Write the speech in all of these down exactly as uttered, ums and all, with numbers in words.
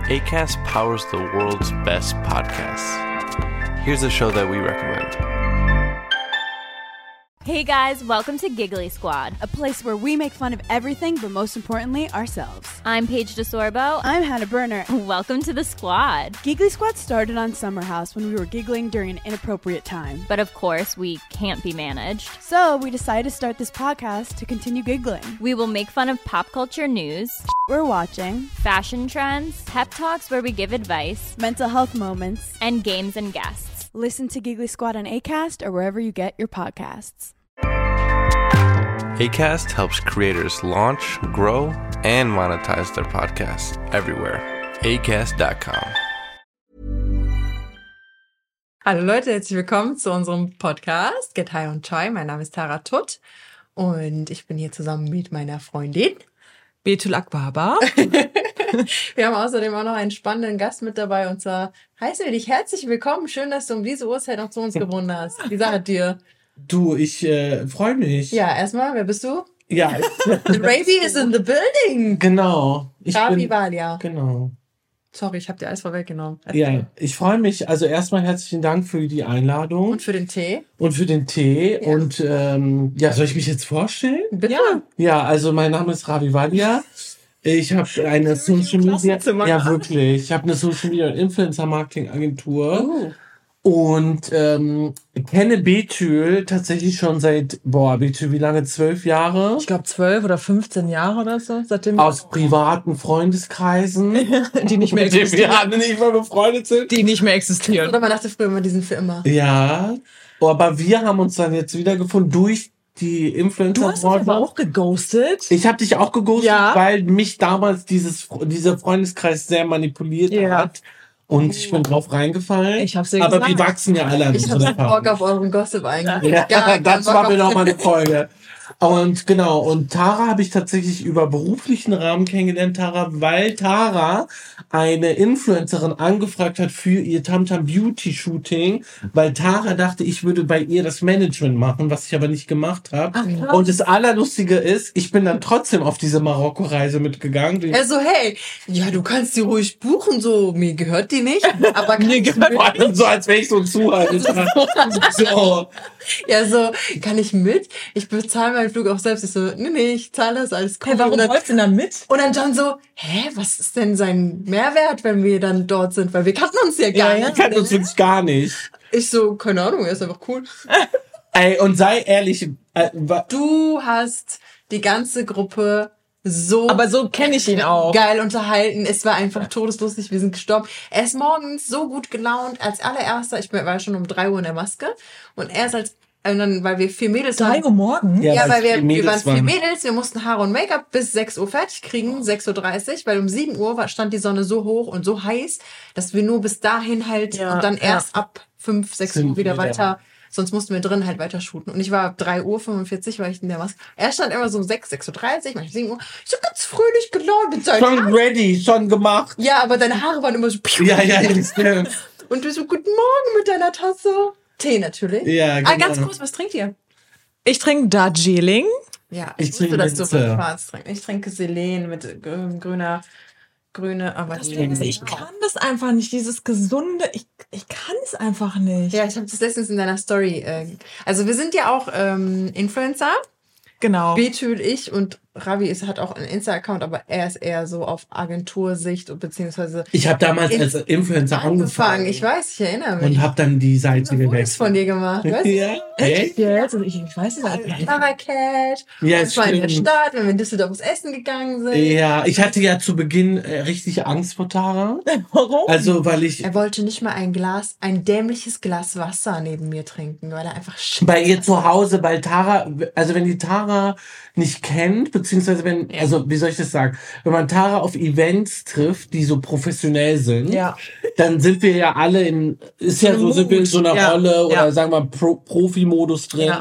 Acast powers the world's best podcasts. Here's a show that we recommend. Hey guys, welcome to Giggly Squad, a place where we make fun of everything, but most importantly, ourselves. I'm Paige DeSorbo. I'm Hannah Berner. Welcome to the squad. Giggly Squad started on Summer House when we were giggling during an inappropriate time. But of course, we can't be managed. So we decided to start this podcast to continue giggling. We will make fun of pop culture news, we're watching, fashion trends, pep talks where we give advice, mental health moments, and games and guests. Listen to Giggly Squad on Acast or wherever you get your podcasts. Acast helps creators launch, grow, and monetize their podcasts everywhere. acast dot com. Hallo Leute, herzlich willkommen zu unserem Podcast Get High on Chai. Mein Name ist Tara Tutt und ich bin hier zusammen mit meiner Freundin Betul Akbaba. Wir haben außerdem auch noch einen spannenden Gast mit dabei und zwar heißen wir dich herzlich willkommen. Schön, dass du um diese Uhrzeit noch zu uns gewonnen hast. Wie sah es dir? Du, ich äh, freue mich. Ja, erstmal, wer bist du? Ja. The Ravi is in the building. Genau. Ich Ravi bin, Valia. Genau. Sorry, ich habe dir alles vorweggenommen. Erzähl. Ja, ich freue mich. Also erstmal herzlichen Dank für die Einladung. Und für den Tee. Und für den Tee. Ja. Und ähm, ja, soll ich mich jetzt vorstellen? Bitte? Ja, ja, also mein Name ist Ravi Valia. Ich habe eine Social Media... Ja, wirklich. Ich habe eine Social Media und Influencer Marketing Agentur. Uh. Und ähm, kenne Betul tatsächlich schon seit, boah, Betul, wie lange? Zwölf Jahre? Ich glaube zwölf oder fünfzehn Jahre oder so. Seitdem Aus privaten Freundeskreisen. die nicht mehr Mit denen existieren. wir alle nicht mehr befreundet sind. Die nicht mehr existieren. Oder man dachte früher immer, die sind für immer. Ja, aber wir haben uns dann jetzt wiedergefunden durch die Influencer. Du hast mich aber auch geghostet. Ich habe dich auch geghostet, Ja. weil mich damals dieses dieser Freundeskreis sehr manipuliert Ja. hat. Und ich bin drauf reingefallen. Ich hab's dir Aber gesagt. wir wachsen ja alle an Ich habe unserer so Bock Erfahrung. auf euren Gossip eigentlich. Ja, Gar keinen das Bock machen wir auf- noch mal eine Folge. Und genau, und Tara habe ich tatsächlich über beruflichen Rahmen kennengelernt, Tara, weil Tara eine Influencerin angefragt hat für ihr Tamtam Beauty Shooting, weil Tara dachte, ich würde bei ihr das Management machen, was ich aber nicht gemacht habe. Und das Allerlustige ist, ich bin dann trotzdem auf diese Marokko-Reise mitgegangen. Er so, hey, ja, du kannst die ruhig buchen, so, mir gehört die nicht, aber mir gehört Vor allem so, als wäre ich so ein Zuhälter. So. Ja, so, kann ich mit? Ich bezahle meinen Flug auch selbst. Ich so, nee, nee, ich zahle das alles. Hey, warum und dann, wolltest du denn da mit? und dann John so, hä, was ist denn sein Mehrwert, wenn wir dann dort sind? Weil wir kannten uns ja gar Ja, ja. Ich kann uns wirklich gar nicht. Ich so, keine Ahnung, er ist einfach cool. Ey, und sei ehrlich, äh, wa- Du hast die ganze Gruppe so Aber so kenne ich ihn auch. geil unterhalten. Es war einfach todeslustig. Wir sind gestorben. Er ist morgens so gut gelaunt. Als allererster, ich war schon um drei Uhr in der Maske. Und er ist als, und dann, weil wir vier Mädels Drei waren. Uhr morgen? Ja, Ja, weil weil wir, vier wir Mädels waren vier waren. Mädels, wir mussten Haare und Make-up bis sechs Uhr fertig kriegen, sechs Uhr dreißig, weil um sieben Uhr war, stand die Sonne so hoch und so heiß, dass wir nur bis dahin halt Ja, und dann ja. erst ab fünf, sechs Sind Uhr wieder wieder. weiter, sonst mussten wir drin halt weiter shooten. Und ich war ab drei Uhr fünfundvierzig, war ich in der Maske. Er stand immer so um sechs, sechs Uhr dreißig, manchmal sieben Uhr, so ganz fröhlich gelaunt mit seinen schon Haaren. ready, schon gemacht. Ja, aber deine Haare waren immer so Ja, ja, ja, stimmt. und du so, guten Morgen mit deiner Tasse. Tee natürlich. Ja, Ah, genau. ganz kurz, was trinkt ihr? Ich trinke Darjeeling. Ja, Ich ich, wusste, trinke dass du Minze. mit Schwarz trinkst. Ich trinke Selen mit äh, grüner, grüne, aber Das Ding ist, nee. ich kann das einfach nicht, dieses gesunde, ich, ich kann es einfach nicht. Ja, ich habe das letztens in deiner Story. Äh, also wir sind ja auch ähm, Influencer. Genau. Betül, ich und Ravi ist, hat auch einen Insta-Account, aber er ist eher so auf Agentursicht und beziehungsweise Ich habe damals In- als Influencer angefangen. angefangen. Ich weiß, ich erinnere mich. Und habe dann die ich Seite habe Fotos gewechselt. von dir gemacht. Weißt du? Ja, echt? Ja, jetzt, ich, ich weiß es halt nicht. Marrakesch. Ja, Das war in der stimmt. Stadt, wenn wir in Düsseldorf ins Essen gegangen sind. Ja, ich hatte ja zu Beginn äh, richtig Angst vor Tara. Warum? Also, weil ich Er wollte nicht mal ein Glas, ein dämliches Glas Wasser neben mir trinken, weil er einfach bei ihr zu Hause, weil Tara, also wenn die Tara nicht kennt, beziehungsweise wenn, also wie soll ich das sagen, wenn man Tara auf Events trifft, die so professionell sind, Ja. dann sind wir ja alle in, ist ja so, sind wir in so einer Ja. Rolle oder Ja. sagen wir Pro, Profi-Modus drin. Ja.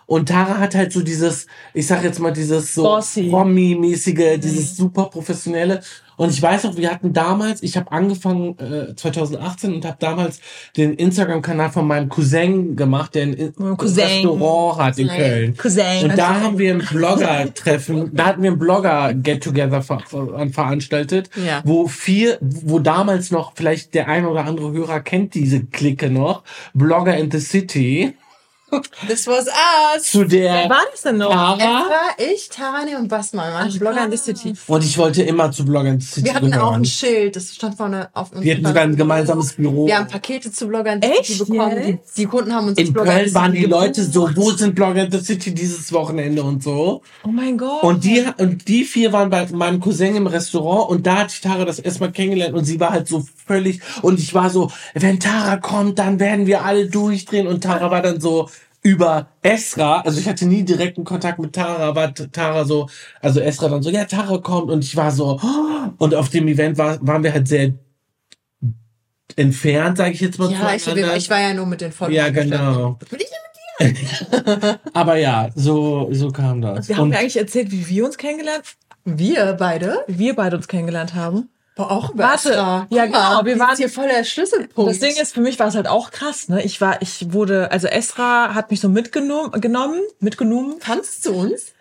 Und Tara hat halt so dieses, ich sag jetzt mal, dieses so Bossy. Promi-mäßige, dieses super professionelle. Und ich weiß auch, wir hatten damals, ich habe angefangen äh, zwanzig achtzehn und habe damals den Instagram-Kanal von meinem Cousin gemacht, der ein, ein Cousin. Restaurant hat in Köln. Cousin. Und da haben wir ein Blogger-Treffen, da hatten wir ein Blogger-Get-Together ver ver veranstaltet, Ja. wo vier, wo damals noch, vielleicht der ein oder andere Hörer kennt diese Clique noch, Blogger in the City, This was us. zu der Wer war das denn noch? Tara. Etwa ich, Tarani und Basma waren Blogger in the City. Und ich wollte immer zu Blogger in the City Wir hatten auch gehören. ein Schild, das stand vorne auf uns. Wir hatten sogar ein gemeinsames Büro. Wir haben Pakete zu Blogger in the Echt City bekommen. Die, jetzt? die Kunden haben uns als In Blogger in Köln the waren City die Leute gebucht. so, wo sind Blogger in the City dieses Wochenende und so. Oh mein Gott. Und die, und die vier waren bei meinem Cousin im Restaurant und da hatte ich Tara das erstmal kennengelernt und sie war halt so völlig, und ich war so, wenn Tara kommt, dann werden wir alle durchdrehen, und Tara war dann so über Esra, also ich hatte nie direkten Kontakt mit Tara, war Tara so, also Esra dann so, ja, Tara kommt, und ich war so, oh, und auf dem Event war, waren wir halt sehr entfernt, sage ich jetzt mal. Ja, ich, zueinander. ich war ja nur mit den Followern. Ja, genau. Bin ich Aber ja, so, so kam das. wir haben Und mir eigentlich erzählt, wie wir uns kennengelernt, Wir beide? wie wir beide uns kennengelernt haben. Boah, auch über Warte. Esra. Ja, Guck mal, genau, wir das waren- ist hier voll der Schlüsselpunkt. Das Ding ist, für mich war es halt auch krass, ne? Ich war, ich wurde, also Esra hat mich so mitgenommen, genommen, mitgenommen. Fandst du uns?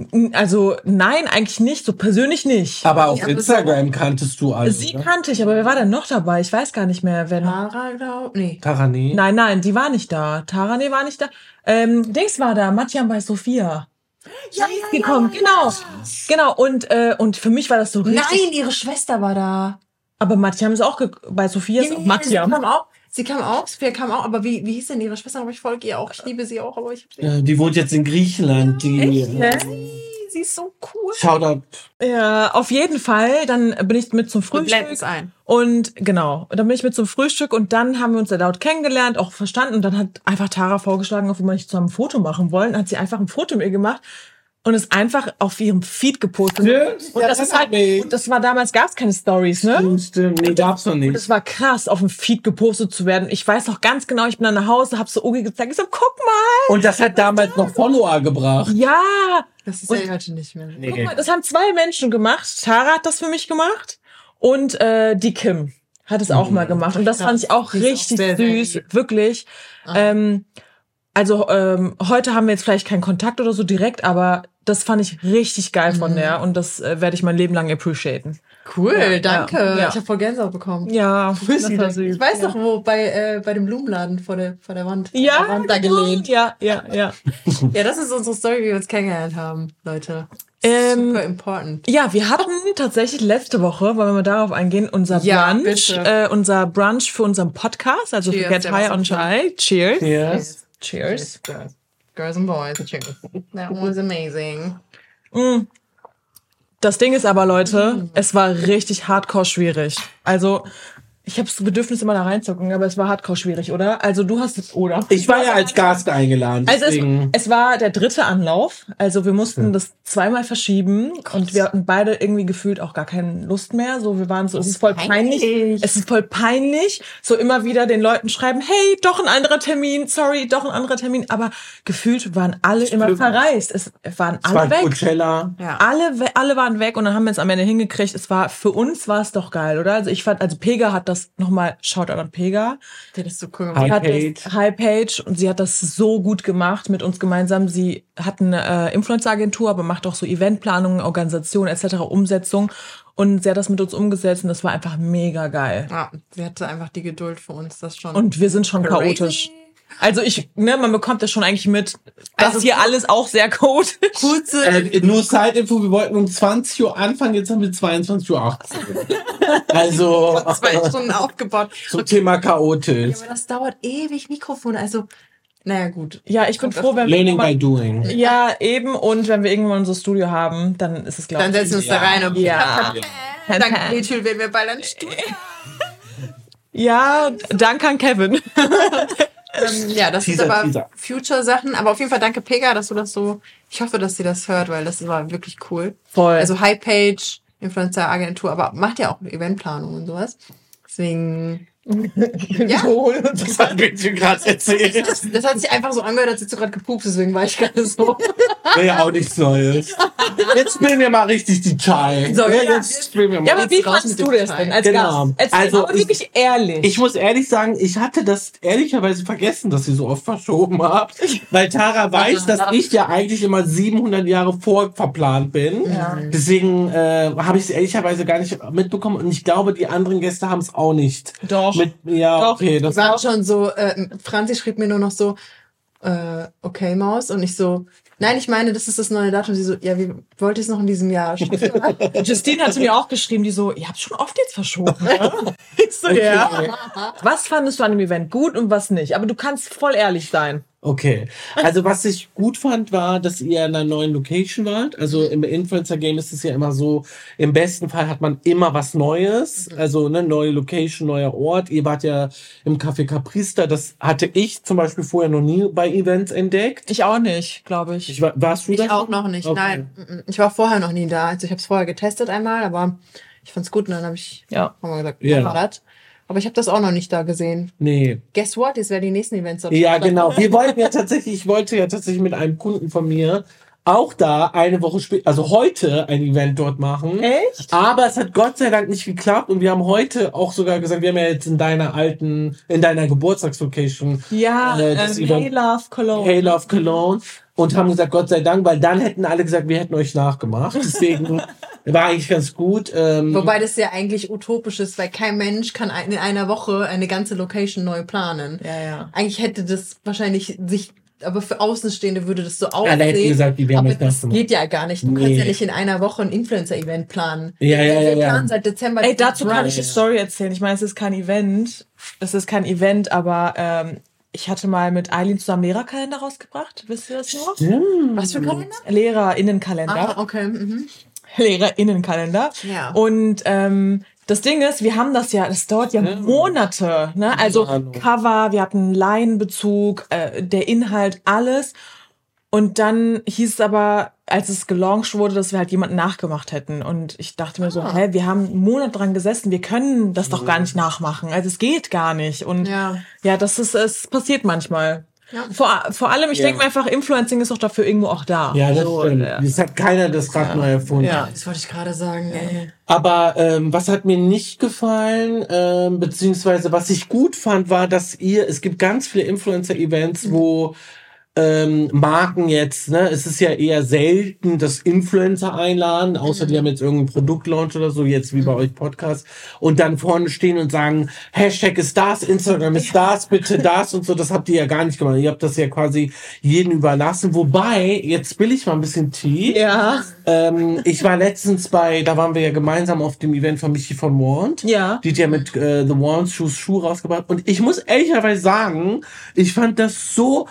Also nein, eigentlich nicht, so persönlich nicht. aber auf Ja, aber Instagram kanntest du also. Sie ne? kannte ich, aber wer war denn noch dabei? Ich weiß gar nicht mehr, wer noch. Tara, glaub, nee. Tara, nee. Nein, nein, die war nicht da. Tara, nee, war nicht da. Ähm, Dings war da, Matjan bei Sophia. Ja, ja, gekommen, genau. Genau, und, äh, und für mich war das so richtig. Nein, ihre Schwester war da. Aber Matjam ist auch, ge- bei Sophia ist auch Sie Matjam. kam auch. Sie kam auch, Sophia kam auch, aber wie, wie hieß denn ihre Schwester? Aber ich folge ihr auch. Ich liebe sie auch, aber ich hab sie. Ja, die wohnt jetzt in Griechenland. Die äh, Sie ist so cool. Shoutout. Ja, auf jeden Fall. Dann bin ich mit zum Wir blenden Frühstück. es ein. Und genau, und dann bin ich mit zum Frühstück und dann haben wir uns da laut kennengelernt, auch verstanden. Und dann hat einfach Tara vorgeschlagen, ob wir mal nicht zusammen ein Foto machen wollen. Dann hat sie einfach ein Foto mit mir gemacht und es einfach auf ihrem Feed gepostet. Und das ist halt, und das war damals, gab es keine Stories, ne? Stimmt, stimmt. Nee, gab's noch nicht. Das war krass, auf dem Feed gepostet zu werden. Ich weiß noch ganz genau, ich bin dann nach Hause, hab so Ogi gezeigt, ich so, guck mal. Und das hat damals noch Follower gebracht. Ja, Das ist ja heute nicht mehr. guck mal, das haben zwei Menschen gemacht. Tara hat das für mich gemacht und äh, die Kim hat es auch mal gemacht. Und das fand ich auch Die ist auch richtig sehr, sehr süß, lieb. wirklich. Ähm, also ähm, heute haben wir jetzt vielleicht keinen Kontakt oder so direkt, aber das fand ich richtig geil von der und das äh, werde ich mein Leben lang appreciaten. Cool, Ja, danke. ja, ja. Ich habe voll Gänsehaut bekommen. Ja, Wo ist das sie war denn? süß. Ich weiß ja. doch, wo, bei, äh, bei dem Blumenladen vor der, vor der Wand. Ja, Vor der Wand da gelehnt. ja, ja, ja. Ja, das ist unsere Story, wie wir uns kennengelernt haben, Leute. Ähm, Super important. Ja, wir hatten tatsächlich letzte Woche, wollen wir mal darauf eingehen, unser Ja, Brunch, bitte. äh, unser Brunch für unseren Podcast, also Cheers, für Get der High war on so Shy. Cheers. Yes. Cheers. Girls. Girls and boys. Cheers. That was amazing. Das Ding ist aber, Leute, es war richtig hardcore schwierig. Also, ich habe das Bedürfnis, immer da reinzugucken, aber es war hardcore schwierig, oder? Also, du hast es, oder? Ich war ja als Gast eingeladen. Also es, Deswegen. es war der dritte Anlauf. Also wir mussten das zweimal verschieben und wir hatten beide irgendwie gefühlt auch gar keine Lust mehr. So, wir waren so, es ist voll peinlich. peinlich. Es ist voll peinlich. So immer wieder den Leuten schreiben, hey, doch ein anderer Termin, sorry, doch ein anderer Termin. Aber gefühlt waren alle immer verreist. Es waren Es alle war weg. Coachella. Ja. Alle, we- alle waren weg und dann haben wir es am Ende hingekriegt. Es war, für uns war es doch geil, oder? Also ich fand, also Pega hat das nochmal, Shoutout an Pega. Der ist so cool. Hi, Sie hat Paige. das, Hi Paige, und sie hat das so gut gemacht mit uns gemeinsam. Sie hat eine äh, Influencer-Agentur, aber macht auch so Eventplanung, Organisation et cetera, Umsetzung. Und sie hat das mit uns umgesetzt und das war einfach mega geil. Ja, sie hatte einfach die Geduld für uns, das schon. Und wir sind schon Crazy. chaotisch. Also ich, ne, man bekommt das schon eigentlich mit. Das Also hier alles auch sehr chaotisch. kurze. Äh, nur Side-Info, wir wollten um zwanzig Uhr anfangen, jetzt haben wir zweiundzwanzig Uhr achtzehn. Also, zwei Stunden aufgebaut. zum Thema chaotisch. Aber das dauert ewig, Mikrofone. Also, naja, gut. Ja, ich bin froh, wenn Learning by wir doing. ja, eben, und wenn wir irgendwann unser Studio haben, dann ist es, glaube Dann ich. setzen wir uns da rein und Ja. dank Rachel werden wir bald ein Studio. Ja, danke an Kevin. Ähm, ja, das Teaser, ist aber Teaser. Future-Sachen. Aber auf jeden Fall danke Pega, dass du das so. Ich hoffe, dass sie das hört, weil das war wirklich cool. Voll. Also High Page, Influencer-Agentur, aber macht ja auch Eventplanung und sowas. Deswegen, Wiederholen und Das hat Mädchen gerade erzählt. Das, das hat sich einfach so angehört, als hättest du gerade gepupst, deswegen war ich gerade so. Wäre ja auch nichts Neues. Jetzt spielen wir mal richtig die Chai. So, ja, jetzt spielen wir mal. Ja, aber wie Jetzt raus fandest mit du dem das Teil. denn als Genau. Gast? Erzähl Also aber ich- wirklich ehrlich. Ich muss ehrlich sagen, ich hatte das ehrlicherweise vergessen, dass ihr so oft verschoben habt, weil Tara weiß, dass ich ja eigentlich immer siebenhundert Jahre vorverplant bin. Ja. Deswegen äh, habe ich es ehrlicherweise gar nicht mitbekommen und ich glaube, die anderen Gäste haben es auch nicht. Doch. Mit, ja, Doch. okay. Das Wir waren schon so, äh, Franzi schrieb mir nur noch so, äh, okay, Maus. Und ich so, nein, ich meine, das ist das neue Datum. Sie so, ja, wie wollt ihr es noch in diesem Jahr? Justine hatte mir auch geschrieben, die so, ihr habt schon oft jetzt verschoben. Ne? Ich so, ja. Was fandest du an dem Event gut und was nicht? Aber du kannst voll ehrlich sein. Okay. Also was ich gut fand, war, dass ihr in einer neuen Location wart. Also im Influencer-Game ist es ja immer so, im besten Fall hat man immer was Neues. Also eine neue Location, neuer Ort. Ihr wart ja im Café Caprista. Das hatte ich zum Beispiel vorher noch nie bei Events entdeckt. Ich auch nicht, glaube ich. Ich war, warst du Ich da? auch noch nicht, Okay. nein. Mm-mm. Ich war vorher noch nie da. Also ich habe es vorher getestet einmal, aber ich fand's gut und dann habe ich Ja. haben wir gesagt, Ja. machen wir das. Aber ich habe das auch noch nicht da gesehen. Nee. Guess what? Jetzt werden die nächsten Events dort Ja, stattfinden. genau. Wir wollten ja tatsächlich, ich wollte ja tatsächlich mit einem Kunden von mir auch da eine Woche später, also heute ein Event dort machen. Echt? Aber es hat Gott sei Dank nicht geklappt und wir haben heute auch sogar gesagt, wir haben ja jetzt in deiner alten, in deiner Geburtstagslocation Ja, äh, ähm, das Hey Event Love Cologne. Hey Love Cologne und haben gesagt, Gott sei Dank, weil dann hätten alle gesagt, wir hätten euch nachgemacht. Deswegen war eigentlich ganz gut. Ähm, Wobei das ja eigentlich utopisch ist, weil kein Mensch kann ein- in einer Woche eine ganze Location neu planen. Ja, ja. Eigentlich hätte das wahrscheinlich sich, aber für Außenstehende würde das so alle hätten aussehen. gesagt, wir haben Aber euch das nachgemacht. geht ja gar nicht. Du Nee. kannst ja nicht in einer Woche ein Influencer-Event planen. Ja, ja, Wir ja, ja. planen seit Dezember. Ey, dazu kann Brunch. ich eine Story erzählen. Ich meine, es ist kein Event. Es ist kein Event, aber ähm, ich hatte mal mit Eileen zusammen Lehrerkalender rausgebracht. Wisst ihr das noch? Was für Kalender? Lehrerinnenkalender. Ah, okay. Mhm. Lehrerinnenkalender. Ja. Und ähm, das Ding ist, wir haben das ja, das dauert ja Monate. Ne? Also Ahnung. Cover, wir hatten Laienbezug, äh, der Inhalt, alles. Und dann hieß es aber, als es gelauncht wurde, dass wir halt jemanden nachgemacht hätten. Und ich dachte mir so, Ah. hä, wir haben einen Monat dran gesessen, wir können das doch gar nicht nachmachen. Also es geht gar nicht. Und Ja. ja, das ist, es passiert manchmal. Ja. Vor, vor allem, ich Ja. denke mir einfach, Influencing ist doch dafür irgendwo auch da. Ja, das So, stimmt. äh, Es hat keiner das Rad neu erfunden. Ja. Das wollte ich gerade sagen. Ey. Aber ähm, was hat mir nicht gefallen, ähm, beziehungsweise was ich gut fand, war, dass ihr, es gibt ganz viele Influencer-Events, wo ähm, Marken jetzt, ne, es ist ja eher selten, dass Influencer einladen, außer die haben jetzt irgendeinen Produktlaunch oder so, jetzt wie bei euch Podcast, und dann vorne stehen und sagen, Hashtag ist das, Instagram ist das, bitte das und so, das habt ihr ja gar nicht gemacht. Ihr habt das ja quasi jedem überlassen, wobei, jetzt spill ich mal ein bisschen Tee. Ja. Ähm, ich war letztens bei, da waren wir ja gemeinsam auf dem Event von Michi von Wand. Ja. Die hat ja mit äh, The Wand Shoes Schuh rausgebracht. Und ich muss ehrlicherweise sagen, ich fand das so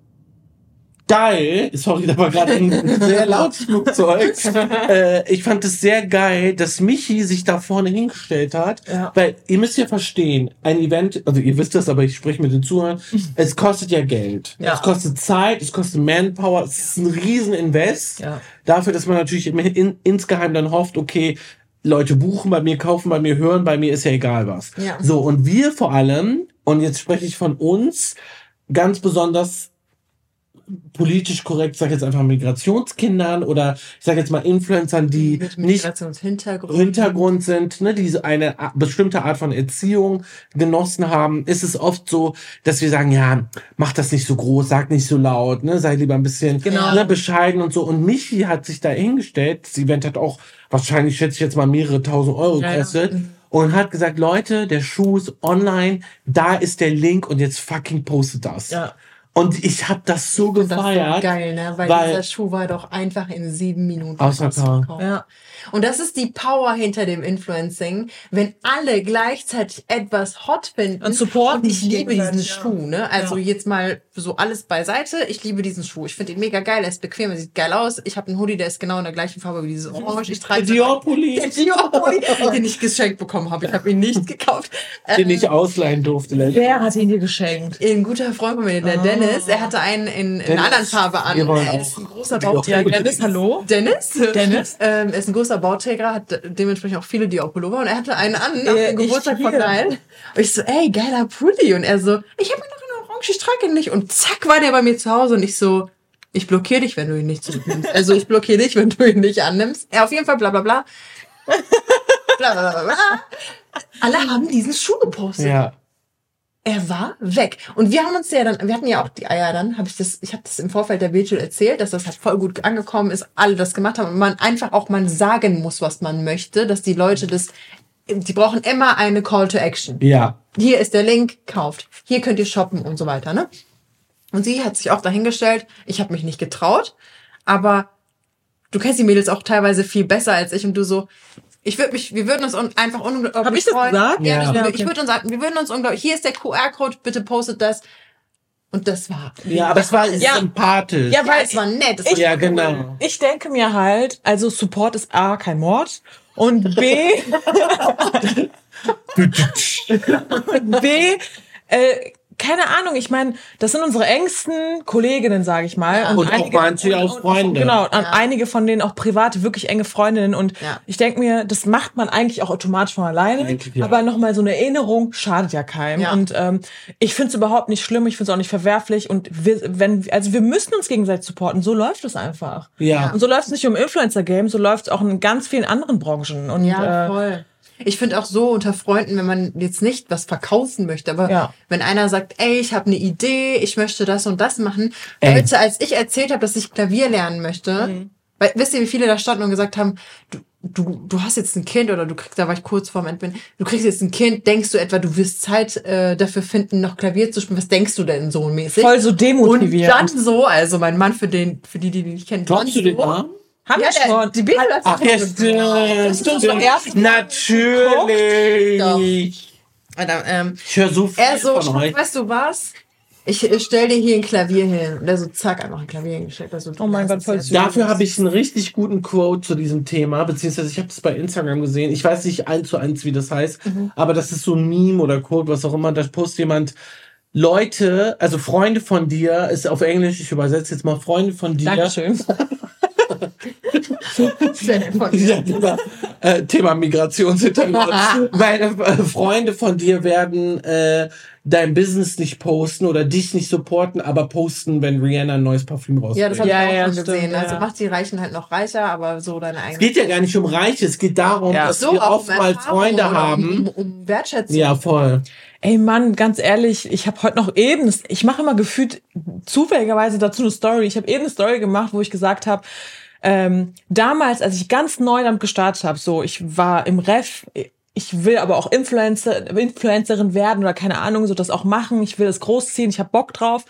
geil. Sorry, da war gerade ein sehr lautes Flugzeug. äh, ich fand es sehr geil, dass Michi sich da vorne hingestellt hat. Ja. Weil ihr müsst ja verstehen, ein Event, also ihr wisst das, aber ich spreche mit den Zuhörern, es kostet ja Geld. Ja. Es kostet Zeit, es kostet Manpower, es ist ein Rieseninvest. Ja. Dafür, dass man natürlich im, in, insgeheim dann hofft, okay, Leute buchen bei mir, kaufen bei mir, hören bei mir, ist ja egal was. Ja. So, und wir vor allem, und jetzt spreche ich von uns, ganz besonders politisch korrekt, ich sage jetzt einfach Migrationskindern oder ich sage jetzt mal Influencern, die Mit nicht Migrationshintergrund. Hintergrund sind, ne, die so eine a- bestimmte Art von Erziehung genossen haben, ist es oft so, dass wir sagen, ja, mach das nicht so groß, sag nicht so laut, ne, sei lieber ein bisschen Genau. ne, bescheiden und so. Und Michi hat sich da hingestellt, das Event hat auch wahrscheinlich, schätze ich jetzt mal, mehrere tausend Euro Ja, ja. gekostet. Und hat gesagt, Leute, der Schuh ist online, da ist der Link und jetzt fucking postet das. Ja. Und ich habe das so Das ist so gefeiert. geil, ne? Weil, weil- dieser Schuh war doch einfach in sieben Minuten Ausverkauft. ausverkauft. Ja. Und das ist die Power hinter dem Influencing, wenn alle gleichzeitig etwas hot finden. Und supporten Und ich sich liebe diesen gegenseitig, ja. Schuh, ne? Also Ja. jetzt mal so alles beiseite. Ich liebe diesen Schuh. Ich finde ihn mega geil. Er ist bequem, er sieht geil aus. Ich habe einen Hoodie, der ist genau in der gleichen Farbe wie dieses Orange. Ich trage Der Dior-Pulli. Der Dior-Pulli, den ich geschenkt bekommen habe. Ich habe ihn nicht gekauft. Den ich ausleihen durfte. letztens. Wer hat ihn dir geschenkt? Ein guter Freund von mir, der Dennis, Dennis, er hatte einen in, in einer anderen Farbe an. wir wollen Er auch- ist ein großer Ja, Bauträger. Dennis, hallo? Dennis? Dennis? Ähm, er ist ein großer Bauträger, hat dementsprechend auch viele Dior-Pullover und er hatte einen an auf Äh, dem Geburtstag ich von hier. Nein. Und ich so, ey, geiler Pulli. Und er so, ich habe noch eine Orange, ich trage ihn nicht. Und zack, war der bei mir zu Hause und ich so, ich blockiere dich, wenn du ihn nicht zurücknimmst. Also ich blockiere dich, wenn du ihn nicht annimmst. Er auf jeden Fall, bla bla bla. bla bla bla bla. Alle haben diesen Schuh gepostet. Ja. Er war weg. Und wir haben uns ja dann, wir hatten ja auch die Eier dann, habe ich das, ich habe das im Vorfeld der Virtual erzählt, dass das halt voll gut angekommen ist, alle das gemacht haben und man einfach auch mal sagen muss, was man möchte, dass die Leute das, die brauchen immer eine Call to Action. Ja. Hier ist der Link, kauft. Hier könnt ihr shoppen und so weiter, ne? Und sie hat sich auch dahingestellt. Ich habe mich nicht getraut, aber du kennst die Mädels auch teilweise viel besser als ich und du so, ich würde mich, wir würden uns un, einfach unglaublich Hab ich das freuen. gesagt? Ja, Ja. ich, Ja, ich würde uns sagen, wir würden uns unglaublich, hier ist der Q R-Code, bitte postet das. Und das war, Ja, aber es war Ja. sympathisch. Ja, ja, weil es war nett. Es war Ja, cool. genau. ich denke mir halt, also Support ist A, kein Mord und B, B, äh, keine Ahnung, ich meine, das sind unsere engsten Kolleginnen, sage ich mal. Und auch manche auch und- und- Freunde. Genau, und einige von denen auch private, wirklich enge Freundinnen. Und Ja. ich denke mir, das macht man eigentlich auch automatisch von alleine. Eigentlich, ja. Aber nochmal so eine Erinnerung schadet ja keinem. Ja. Und ähm, ich finde es überhaupt nicht schlimm, ich finde es auch nicht verwerflich. Und wir, wenn, also wir müssen uns gegenseitig supporten. So läuft es einfach. Ja. Und so läuft es nicht nur im Influencer-Game, so läuft es auch in ganz vielen anderen Branchen. Und Ja, äh, voll. Ich finde auch so unter Freunden, wenn man jetzt nicht was verkaufen möchte, aber Ja. wenn einer sagt, ey, ich habe eine Idee, ich möchte das und das machen. Ey. Leute, als ich erzählt habe, dass ich Klavier lernen möchte, Mhm. weil wisst ihr, wie viele da standen und gesagt haben, du, du, du hast jetzt ein Kind oder du kriegst, da war ich kurz vorm Entbinden, du kriegst jetzt ein Kind, denkst du etwa, du wirst Zeit äh, dafür finden, noch Klavier zu spielen? Was denkst du denn so mäßig? voll so und demotivierend. dann so, also mein Mann, für den, für die, die ihn nicht kennen, Glaubst du dann den so, Arm? Haben Ja, wir der, schon. die Bilder dazu. Ach ja, stimmt. ist unsere erste- Natürlich. Alter, ähm, Ich höre so viel Er so, von euch. weißt du was? Ich äh, stell dir hier ein Klavier hin. Und er so, zack, einfach ein Klavier hingestellt. Also, Oh mein Gott, voll süß. Dafür habe ich einen richtig guten Quote zu diesem Thema, beziehungsweise ich habe es bei Instagram gesehen. Ich weiß nicht eins zu eins, wie das heißt, aber das ist so ein Meme oder Quote, was auch immer. Da postet jemand, Leute, also Freunde von dir, ist auf Englisch, ich übersetze jetzt mal, Freunde von dir. Dankeschön. Ja, Thema, äh, Thema Migrationshintergrund. Meine äh, Freunde von dir werden äh, dein Business nicht posten oder dich nicht supporten, aber posten, wenn Rihanna ein neues Parfüm rausbringt. Ja, das habe Ja, ich auch ja, schon stimmt, gesehen. ja. Also macht die Reichen halt noch reicher, aber so deine eigene. Es geht ja gar nicht um Reiche, es geht darum, Ja. dass so wir auch um oftmals Erfahrung Freunde oder haben. Um, um, um Wertschätzung. Ja, voll. Ey Mann, ganz ehrlich, ich habe heute noch eben, das- ich mache immer gefühlt zufälligerweise dazu eine Story. Ich habe eben eine Story gemacht, wo ich gesagt habe, ähm, damals, als ich ganz neu damit gestartet habe, so, ich war im Ref, ich will aber auch Influencer, Influencerin werden oder keine Ahnung, so das auch machen. Ich will das großziehen, ich habe Bock drauf.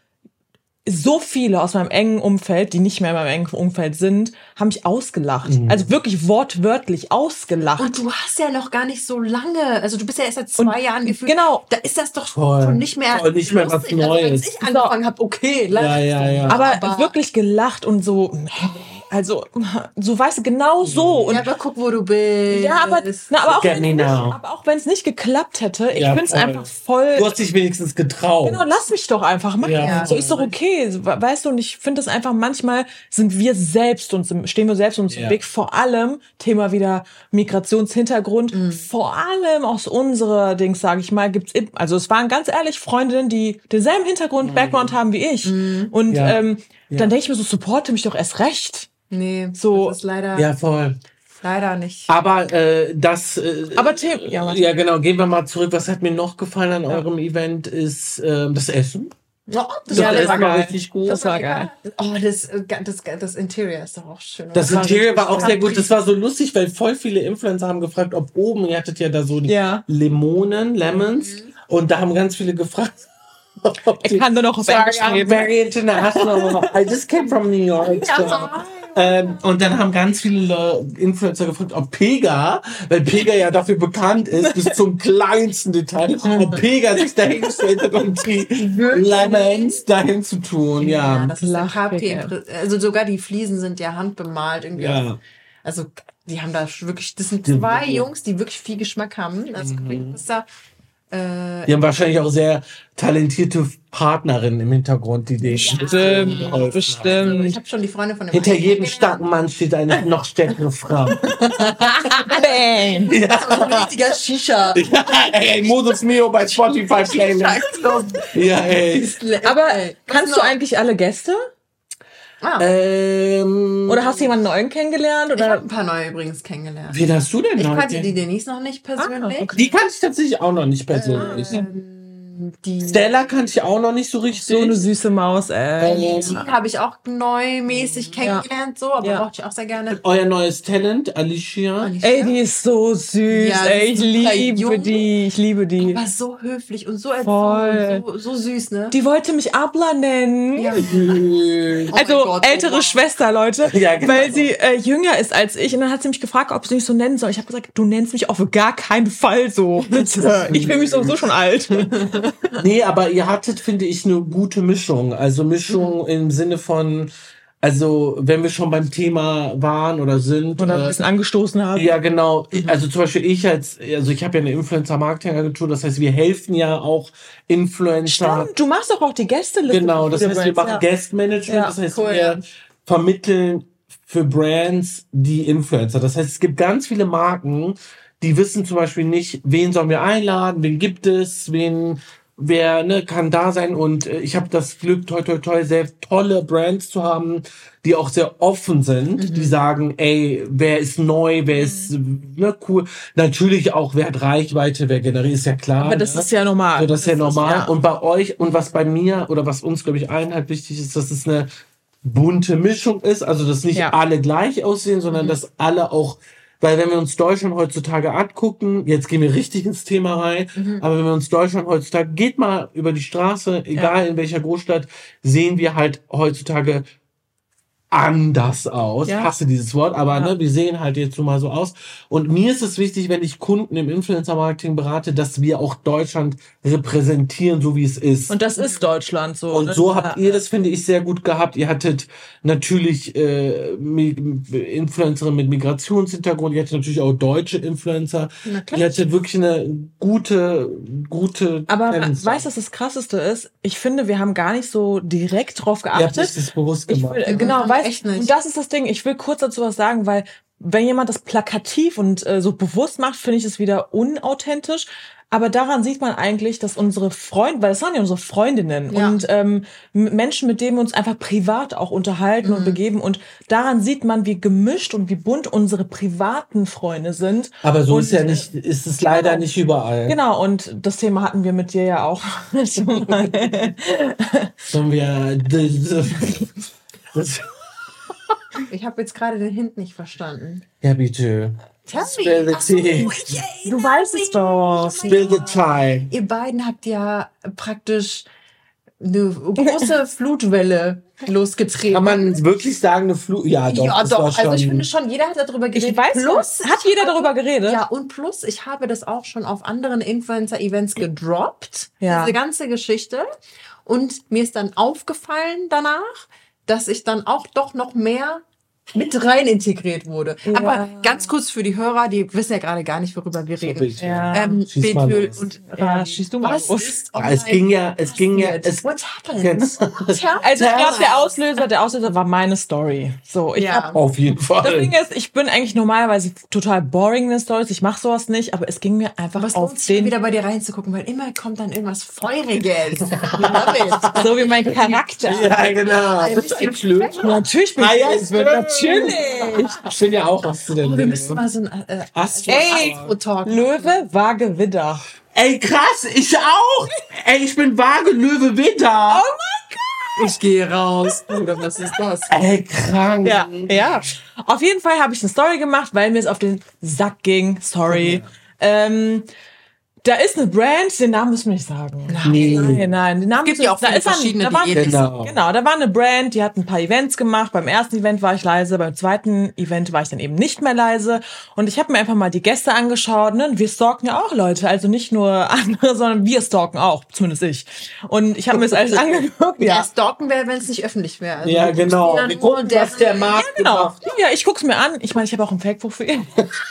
So viele aus meinem engen Umfeld, die nicht mehr in meinem engen Umfeld sind, haben mich ausgelacht. Also wirklich wortwörtlich ausgelacht. Und du hast ja noch gar nicht so lange, also du bist ja erst seit zwei Und Jahren gefühlt. genau. Da ist das doch Voll. schon nicht mehr, Voll nicht mehr was lustig. Also, als Neues. ich angefangen habe, okay, Ja, lass ja, ja. aber, wirklich gelacht und so, also, so weißt du, genau so. Und ja, aber guck, wo du bist. ja, aber, na, aber auch Get wenn me es nicht, now. aber auch wenn es nicht geklappt hätte, ich Ja, find's voll. einfach voll. Du hast dich wenigstens getraut. Genau, lass mich doch einfach machen. Ja, so ist doch okay. So, weißt du, und ich finde das einfach, manchmal sind wir selbst uns im, stehen wir selbst uns im Ja. Weg. Vor allem, Thema wieder Migrationshintergrund, vor allem aus unserer Dings, sage ich mal, gibt's, im- also es waren ganz ehrlich Freundinnen, die denselben Hintergrund, Background haben wie ich. Und Ja. ähm, dann denke ich mir so, supporte mich doch erst recht. Nee, So. das ist leider, Ja, voll. leider nicht. Aber äh, das. Äh, Aber The- ja, warte. ja, genau. Gehen wir mal zurück. Was hat mir noch gefallen an eurem Event ist ähm, das Essen. Ja, das Das Ja, das Essen war war geil. richtig gut. Das war geil. Oh, das, äh, das, das Interior ist doch auch schön. Das oder? Interior war auch sehr gut. Das war so lustig, weil voll viele Influencer haben gefragt, ob oben, ihr hattet ja da so die Ja. Limonen, Lemons. Und da haben ganz viele gefragt. ob Er die- kann nur noch auf Sorry, Englisch I'm reden. very international. I just came from New York. So. Ähm, und dann haben ganz viele Influencer gefragt, ob Pega, weil Pega ja dafür bekannt ist, bis zum kleinsten Detail, ob Pega sich dahin gestellt hat, um die Lemons dahin zu tun. Ja, Ja, das ist ein K P. Lachpicke. Also sogar die Fliesen sind ja handbemalt irgendwie. Ja. Also die haben da wirklich, das sind zwei Jungs, die wirklich viel Geschmack haben. Also das ist da Äh, Die haben wahrscheinlich auch sehr talentierte Partnerinnen im Hintergrund, die denen Bestimmt, also bestimmt. ich habe schon die Freundin von dem hinter einen jedem kennengelernt. starken Mann steht eine noch stärkere Frau. Bang. Das ist ein richtiger Shisha. Ja, ey, Modus Mio bei Spotify Playlist. Ja, ey. Aber Ey, was kannst du noch? eigentlich alle Gäste? Ah, Ähm, Oder hast du jemanden neuen kennengelernt? ich habe Oder? ein paar neue übrigens kennengelernt. wen hast du denn Ich heute? kannte die Denise noch nicht persönlich. Ah, okay. Die kannte ich tatsächlich auch noch nicht persönlich. Ähm, die Stella kannte ich auch noch nicht so richtig. So eine süße Maus, ey. die habe ich auch neu mäßig kennengelernt, so, aber Ja. mochte ich auch sehr gerne. Euer neues Talent, Alicia. Ey, die ist so süß. Ja, ey, ich super liebe jung. die. Ich liebe die. Aber so höflich und so Voll. erzogen, so, so süß, ne? Die wollte mich Abla nennen. Ja. Äh, Oh mein Also Gott, oh ältere wow. Schwester, Leute, Ja, genau. weil sie äh, jünger ist als ich. Und dann hat sie mich gefragt, ob sie mich so nennen soll. Ich habe gesagt, du nennst mich auf gar keinen Fall so. Bitte. Ich fühle mich sowieso schon alt. Nee, aber ihr hattet, finde ich, eine gute Mischung. Also Mischung im Sinne von, also wenn wir schon beim Thema waren oder sind. Oder ein äh, bisschen angestoßen haben. ja, genau. Also zum Beispiel ich als, also ich habe ja eine Influencer-Marketing-Agentur, das heißt, wir helfen ja auch Influencer. Stimmt, du machst doch auch die Gästeliste. Genau, das für heißt, wir Brands, machen ja. Guest-Management, Ja, das heißt, cool, wir ja. vermitteln für Brands die Influencer. Das heißt, es gibt ganz viele Marken, die wissen zum Beispiel nicht, wen sollen wir einladen, wen gibt es, wen, wer ne, kann da sein. Und äh, ich habe das Glück, toi toi toi, sehr tolle Brands zu haben, die auch sehr offen sind, die sagen, ey, wer ist neu, wer ist ne, cool. Natürlich auch, wer hat Reichweite, wer generiert, ist ja klar. Aber das ne? ist ja normal. So, das ist ja normal. ja. Und bei euch und was bei mir oder was uns, glaube ich, allen halt wichtig ist, dass es eine bunte Mischung ist. Also, dass nicht Ja. alle gleich aussehen, sondern dass alle auch, weil wenn wir uns Deutschland heutzutage angucken, jetzt gehen wir richtig ins Thema rein, aber wenn wir uns Deutschland heutzutage, geht mal über die Straße, egal in welcher Großstadt, sehen wir halt heutzutage anders aus. Ja. Ich hasse dieses Wort, aber Ja. ne, wir sehen halt jetzt so mal so aus. Und mir ist es wichtig, wenn ich Kunden im Influencer-Marketing berate, dass wir auch Deutschland repräsentieren, so wie es ist. Und das ist Deutschland so. Und ne? so habt Ja. ihr das, finde ich, sehr gut gehabt. Ihr hattet natürlich äh, Mi- Influencerin mit Migrationshintergrund, ihr hattet natürlich auch deutsche Influencer. Ihr hattet wirklich eine gute, gute Aber Talents. weißt du, was das Krasseste ist? Ich finde, wir haben gar nicht so direkt drauf Ihr habt geachtet. sich das bewusst Ich gemacht. will, genau, Mhm, weißt echt nicht. und das ist das Ding. Ich will kurz dazu was sagen, weil wenn jemand das plakativ und äh, so bewusst macht, finde ich es wieder unauthentisch. Aber daran sieht man eigentlich, dass unsere Freunde, weil das waren ja unsere Freundinnen Ja. und ähm, M- Menschen, mit denen wir uns einfach privat auch unterhalten Mhm. und begeben. Und daran sieht man, wie gemischt und wie bunt unsere privaten Freunde sind. Aber so und, ist ja nicht, ist es leider nicht überall. Genau, und das Thema hatten wir mit dir ja auch schon mal. Sollen wir, das, Ich habe jetzt gerade den Hint nicht verstanden. ja, bitte. Tell Spill me. the Ach so, tea. yay, Du weißt es doch. Spill the chai. Ihr beiden habt ja praktisch eine große Flutwelle losgetreten. Kann man wirklich sagen, eine Flu... Ja, doch. ja, das war doch. Also ich schon- finde schon, jeder hat darüber geredet. Ich weiß plus, plus, hat jeder darüber geredet? Ja, und plus, ich habe das auch schon auf anderen Influencer-Events gedroppt, Ja. diese ganze Geschichte. Und mir ist dann aufgefallen danach, dass ich dann auch doch noch mehr mit rein integriert wurde. Ja. Aber ganz kurz für die Hörer, die wissen ja gerade gar nicht, worüber wir reden. bitte. Ja. Ähm, Schieß mal Betül los. und Ja, Rani, schieß du mal was los. ist Ja, es ging ja, es ging ja, es, What happened? Yes. Tell Also ich glaube, us. der Auslöser, der Auslöser war meine Story. So, ich Ja. hab, auf jeden das Fall. Ding ist, ich bin eigentlich normalerweise total boring in den Stories. Ich mache sowas nicht, aber es ging mir einfach Was auf lohnt sich den, wieder bei dir reinzugucken, weil immer kommt dann irgendwas Feuriges. Love it. so wie mein Charakter. Ja, genau. Ein Bist du bisschen ein Schlüssel? Natürlich bin Ah, ich ja, es wird stimmt. natürlich. Ich bin ja auch was zu denn. Oh, wir müssen mal so ein äh, Astro. Ey, Astro-Talk Löwe, Waage, Widder. Ey, krass, ich auch. Ey, ich bin Waage, Löwe, Widder. Ich gehe raus. Bruder, was ist das? Ey, krank. Ja, ja. Auf jeden Fall habe ich eine Story gemacht, weil mir es auf den Sack ging. Sorry. Ähm, da ist eine Brand, den Namen müssen wir nicht sagen. Nee. Nein, nein, den Namen gibt müssen- ja auch da viele ist ein- verschiedene, da war, die ähnlich Genau. Genau, da war eine Brand, die hat ein paar Events gemacht. Beim ersten Event war ich leise, beim zweiten Event war ich dann eben nicht mehr leise. Und ich habe mir einfach mal die Gäste angeschaut. Ne? Wir stalken ja auch Leute, also nicht nur andere, sondern wir stalken auch, zumindest ich. Und ich habe mir das alles angeguckt. Ja, Ja, stalken wäre, wenn es nicht öffentlich wäre. Also, Ja, du guckst genau. dir dann Wir nur gucken, der- was der Markt genau. gemacht hat. Ja, ich guck's mir an. Ich meine, ich habe auch ein Fake-Profil.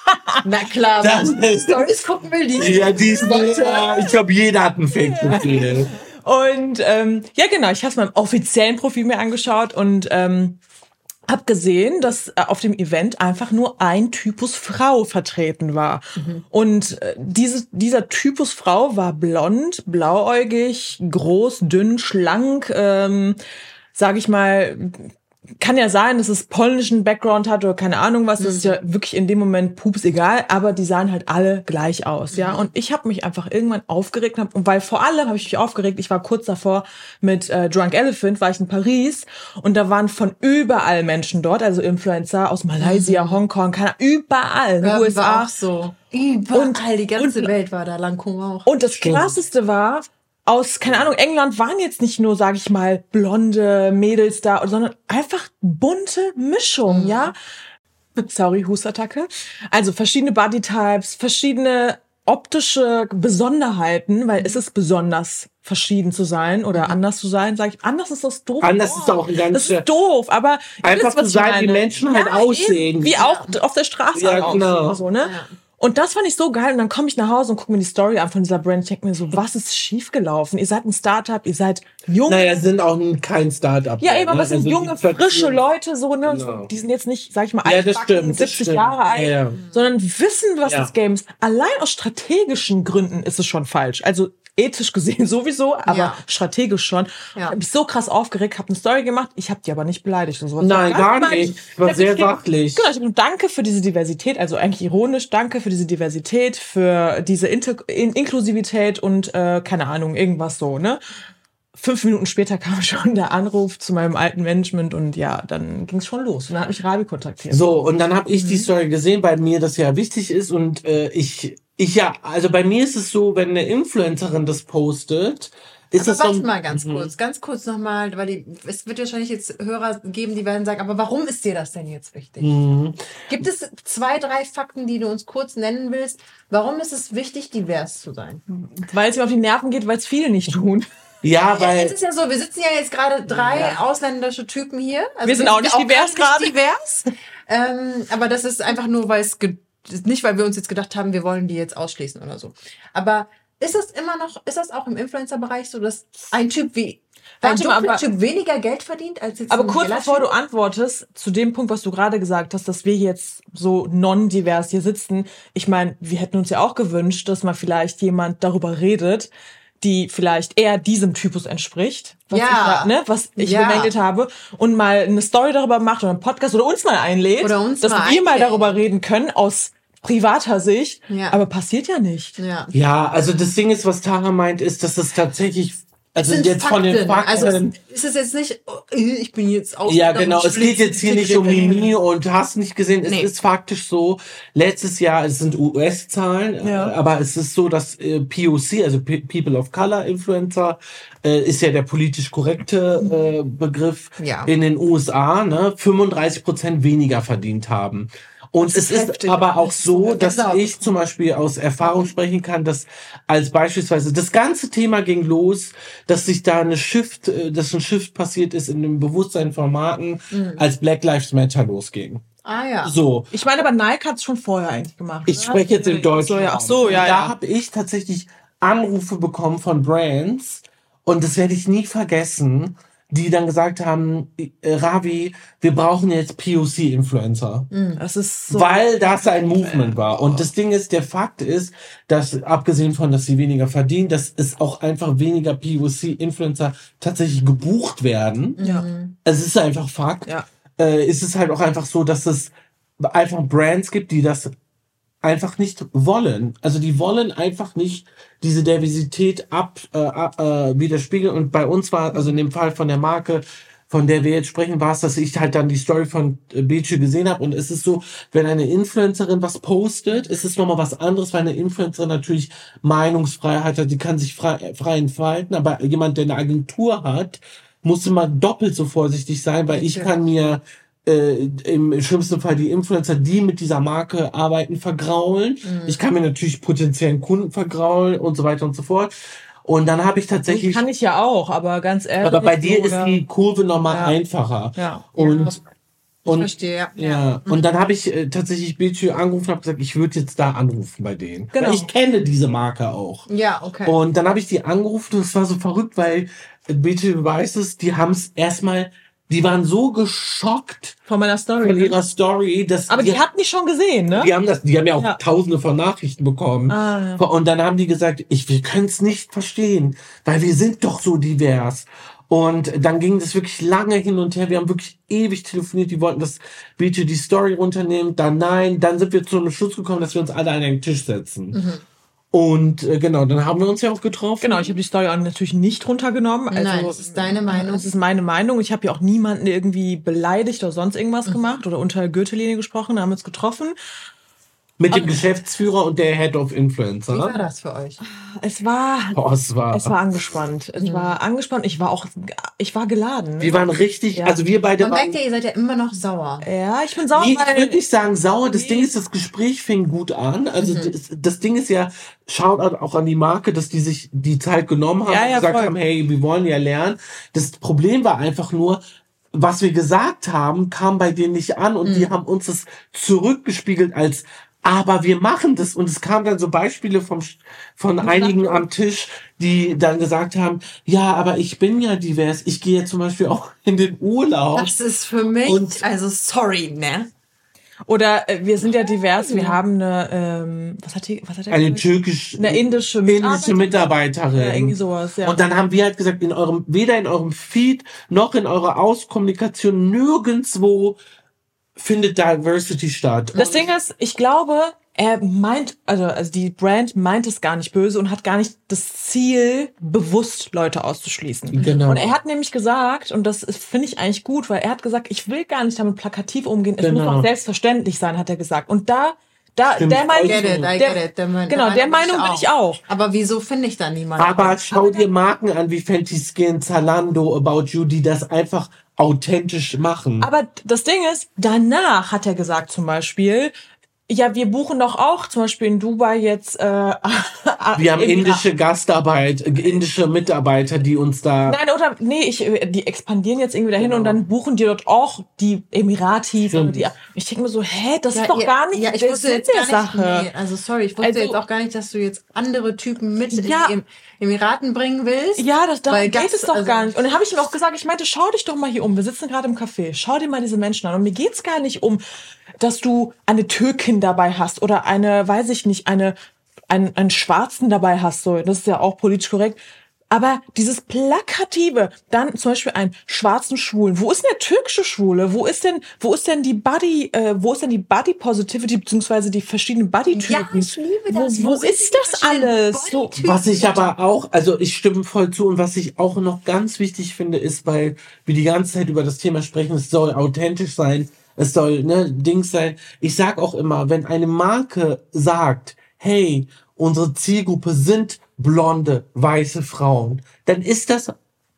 Na klar, Das wenn man ist- Stories gucken will, die Ja, die ist, ja, ich glaube, jeder hat ein Fake-Profil. Und ähm, ja, genau, ich habe es meinem offiziellen Profil mir angeschaut und ähm, habe gesehen, dass äh, auf dem Event einfach nur ein Typus Frau vertreten war. Mhm. Und äh, diese, dieser Typus Frau war blond, blauäugig, groß, dünn, schlank, ähm, sage ich mal. Kann ja sein, dass es polnischen Background hat oder keine Ahnung was. Das ist ja wirklich in dem Moment pups egal. Aber die sahen halt alle gleich aus, ja. Und ich habe mich einfach irgendwann aufgeregt. Hab, und weil vor allem habe ich mich aufgeregt. Ich war kurz davor mit äh, Drunk Elephant, war ich in Paris. Und da waren von überall Menschen dort. Also Influencer aus Malaysia, Hongkong, keine Ahnung, überall. Ja, U S A. war auch so. Überall, Und- die ganze und- Welt war da, Lancôme auch. Und das Krasseste war, aus, keine Ahnung, England waren jetzt nicht nur, sag ich mal, blonde Mädels da, sondern einfach bunte Mischung, mhm. ja. Sorry, Hustattacke. Also verschiedene Bodytypes, verschiedene optische Besonderheiten, weil es ist besonders verschieden zu sein oder mhm. anders zu sein, sag ich. Anders ist das doof. Anders ist auch ein ganz Das ist doof, aber einfach wisst, was zu ich sein, meine. wie Menschen halt Ja, aussehen. eben, wie auch auf der Straße Ja, halt aussehen genau. oder so, ne? Ja. Und das fand ich so geil. Und dann komme ich nach Hause und gucke mir die Story an von dieser Brand. Ich denke mir so, was ist schiefgelaufen? Ihr seid ein Startup, ihr seid jung. Naja, sind auch kein Start-up. Ja, eben, aber ne? es sind Also junge, die platzieren- frische Leute, so, ne? Genau. Die sind jetzt nicht, sag ich mal, Ja, das altbacken, stimmt, das siebzig stimmt. Jahre alt, Ja, ja. sondern wissen, was Ja. das Game ist. Allein aus strategischen Gründen ist es schon falsch. Also ethisch gesehen sowieso, aber Ja. strategisch schon. Ja. Ich habe mich so krass aufgeregt, habe eine Story gemacht. Ich habe die aber nicht beleidigt und sowas. Nein, Ganz gar normal. nicht. War Ich hab sehr geschrieben, sachlich. Genau, ich habe danke für diese Diversität, also eigentlich ironisch, danke für diese Diversität, für diese Inter In Inklusivität und äh, keine Ahnung, irgendwas so, ne? Fünf Minuten später kam schon der Anruf zu meinem alten Management und ja, dann ging es schon los. Und dann hat mich Rabi kontaktiert. So, und dann habe ich Mhm. die Story gesehen, weil mir das ja wichtig ist und äh, ich, ich ja, also bei mir ist es so, wenn eine Influencerin das postet, ist Aber das so. warte mal ganz kurz, ganz kurz nochmal, weil die, es wird wahrscheinlich jetzt Hörer geben, die werden sagen, aber warum ist dir das denn jetzt wichtig? Mhm. Gibt es zwei, drei Fakten, die du uns kurz nennen willst? Warum ist es wichtig, divers zu sein? Weil es mir auf die Nerven geht, weil es viele nicht tun. Ja, Ja, weil es ist ja so, wir sitzen ja jetzt gerade drei ausländische Typen hier. Also Wir sind auch nicht divers gerade. Nicht divers. ähm, aber das ist einfach nur, weil es, ge- nicht weil wir uns jetzt gedacht haben, wir wollen die jetzt ausschließen oder so. Aber ist das immer noch, ist das auch im Influencer-Bereich so, dass ein Typ wie, ein Warte mal, dunkler aber- Typ weniger Geld verdient als jetzt Aber ein kurz heller bevor Typ? du antwortest, zu dem Punkt, was du gerade gesagt hast, dass wir jetzt so non-divers hier sitzen. Ich meine, wir hätten uns ja auch gewünscht, dass mal vielleicht jemand darüber redet, die vielleicht eher diesem Typus entspricht, was Ja. ich, ja, ne, was ich Ja. bemängelt habe, und mal eine Story darüber macht oder einen Podcast oder uns mal einlädt, Oder uns dass mal wir mal einlädt. darüber reden können aus privater Sicht. Ja. Aber passiert ja nicht. Ja. ja, also das Ding ist, was Tara meint, ist, dass es tatsächlich, also Sind jetzt von den Fakten. Also ist es jetzt nicht, oh, ich bin jetzt aus. Ja, genau. Es geht jetzt hier nicht um Mimi und hast nicht gesehen. Es Nee. ist faktisch so, letztes Jahr, es sind U S-Zahlen, Ja. äh, aber es ist so, dass äh, P O C, also P People of Color Influencer, äh, ist ja der politisch korrekte äh, Begriff Ja. in den U S A, ne, fünfunddreißig Prozent weniger verdient haben. Und Das es ist ist heftig. aber auch Das ist so so, heftig. dass Genau. ich zum Beispiel aus Erfahrung sprechen kann, dass als beispielsweise das ganze Thema ging los, dass sich da eine Shift, äh, dass ein Shift passiert ist in dem Bewusstsein von Marken, als Black Lives Matter losging. Ah ja. So. Ich meine, aber Nike hat es schon vorher eigentlich gemacht. Ich ne? spreche jetzt im Deutschen. So, ja, ach so, ja, da ja. habe ich tatsächlich Anrufe bekommen von Brands und das werde ich nie vergessen, die dann gesagt haben, äh, Ravi, wir brauchen jetzt P O C-Influencer. Das ist so. Weil das ein Movement war. Und das Ding ist, der Fakt ist, dass abgesehen von, dass sie weniger verdienen, dass es auch einfach weniger P O C-Influencer tatsächlich gebucht werden. Ja. Es ist einfach Fakt. Ja. Äh, ist es halt auch einfach so, dass es einfach Brands gibt, die das einfach nicht wollen. Also die wollen einfach nicht diese Diversität ab, äh, ab äh, widerspiegeln. Und bei uns war, also in dem Fall von der Marke, von der wir jetzt sprechen, war es, dass ich halt dann die Story von äh, Bece gesehen habe. Und es ist so, wenn eine Influencerin was postet, ist es nochmal was anderes, weil eine Influencerin natürlich Meinungsfreiheit hat, die kann sich frei, frei entfalten. Aber jemand, der eine Agentur hat, muss immer doppelt so vorsichtig sein, weil ich kann mir äh, im schlimmsten Fall die Influencer, die mit dieser Marke arbeiten, vergraulen. Mhm. Ich kann mir natürlich potenziellen Kunden vergraulen und so weiter und so fort. Und dann habe ich tatsächlich... Kann ich ja auch, aber ganz ehrlich. aber bei dir so, ist oder- die Kurve nochmal Ja. einfacher. Ja. Und Und, verstehe, ja. ja. Und dann habe ich äh, tatsächlich Betty angerufen und habe gesagt, ich würde jetzt da anrufen bei denen. Genau. Weil ich kenne diese Marke auch. Ja, okay. Und dann habe ich die angerufen und es war so verrückt, weil äh, Betty weiß es, die haben es erstmal, die waren so geschockt Von meiner Story. von ihrer Story, dass Aber die hatten die schon gesehen, ne? die haben das, die haben ja auch Ja. tausende von Nachrichten bekommen. Ah, ja. Und dann haben die gesagt, ich, wir können es nicht verstehen, weil wir sind doch so divers. Und dann ging das wirklich lange hin und her. Wir haben wirklich ewig telefoniert. Die wollten, dass Betty die Story runternimmt. Dann nein. Dann sind wir zu einem Schluss gekommen, dass wir uns alle an einen Tisch setzen. Mhm. Und äh, genau, dann haben wir uns ja auch getroffen. Genau, ich habe die Story auch natürlich nicht runtergenommen. Also, Nein, das ist deine Meinung. Das ist meine Meinung. Ich habe ja auch niemanden irgendwie beleidigt oder sonst Mhm. irgendwas gemacht oder unter der Gürtellinie gesprochen. Da haben wir uns getroffen. Mit dem Geschäftsführer und der Head of Wie Influencer. war das für euch? Es war, Oh, es war, es war angespannt. Es war angespannt. Ich war auch, ich war geladen. wir waren richtig, Ja. also wir beide Man waren... merkt ja, ihr seid ja immer noch sauer. Ja, ich bin sauer, Nee, ich weil würde nicht sagen sauer. Das Ding ist, das Gespräch fing gut an. Also Mhm. das, das Ding ist ja, schaut auch an die Marke, dass die sich die Zeit genommen haben Ja, und ja, gesagt voll. haben, hey, wir wollen ja lernen. Das Problem war einfach nur, was wir gesagt haben, kam bei denen nicht an und Mhm. die haben uns das zurückgespiegelt als aber wir machen das. Und es kamen dann so Beispiele vom, von einigen am Tisch, die dann gesagt haben, ja, aber ich bin ja divers. Ich gehe ja zum Beispiel auch in den Urlaub. Das ist für mich, Und- also sorry, ne? oder äh, wir sind ja divers. Wir haben eine, ähm, was hat die, was hat der Eine gesagt? türkisch, Eine indische indische Mitarbeiterin. Mitarbeiterin. Ja, irgendwie sowas, ja. Und dann haben wir halt gesagt, in eurem, weder in eurem Feed noch in eurer Auskommunikation nirgendwo findet Diversity statt. Das Ding ist, ich glaube, er meint, also, also die Brand meint es gar nicht böse und hat gar nicht das Ziel, bewusst Leute auszuschließen. Genau. Und er hat nämlich gesagt, und das ist- finde ich eigentlich gut, weil er hat gesagt, ich will gar nicht damit plakativ umgehen, es Genau. muss auch selbstverständlich sein, hat er gesagt. Und da, da, Stimmt, der Meinung, voll Get it, I der, get it. Der Meinung- genau, der Meinung bin bin ich auch. Aber wieso finde ich da niemanden? Aber schau dir Marken an wie Fenty Skin, Zalando, About You, die das einfach authentisch machen. Aber das Ding ist, danach hat er gesagt zum Beispiel, ja, wir buchen doch auch zum Beispiel in Dubai jetzt. Äh, wir haben Emira- indische Gastarbeit, äh, indische Mitarbeiter, die uns da... Nein, oder nee, ich, die expandieren jetzt irgendwie dahin und dann buchen die dort auch die Emiratis. Stimmt. Oder die, ich denke mir so, hä, das Ja, ist doch ihr- gar nicht Ja, ich der wusste Sinn jetzt der gar nicht, Sache. nee, also sorry, ich wusste Also- jetzt auch gar nicht, dass du jetzt andere Typen mit Ja. in die Emiraten bringen willst. Ja, das darum Weil geht Gast- es doch also- gar nicht. Und dann habe ich ihm auch gesagt, ich meinte, schau dich doch mal hier um. Wir sitzen gerade im Café. Schau dir mal diese Menschen an. Und mir geht's gar nicht um, dass du eine Türkin dabei hast oder eine, weiß ich nicht, eine, einen, einen Schwarzen dabei hast. So, das ist ja auch politisch korrekt. Aber dieses Plakative, dann zum Beispiel einen schwarzen Schwulen. Wo ist denn der türkische Schwule? Wo ist denn, wo ist denn die Body, äh, wo ist denn die Body Positivity beziehungsweise die verschiedenen Bodytypen? Ja, ich liebe das. Wo, wo sind ist die das verschiedenen alles? So, Bodytypen? Was ich aber auch, also ich stimme voll zu und was ich auch noch ganz wichtig finde, ist, weil wir die ganze Zeit über das Thema sprechen, es soll authentisch sein, es soll, ne, Dings sein. Ich sag auch immer, wenn eine Marke sagt, hey, unsere Zielgruppe sind blonde, weiße Frauen, dann ist das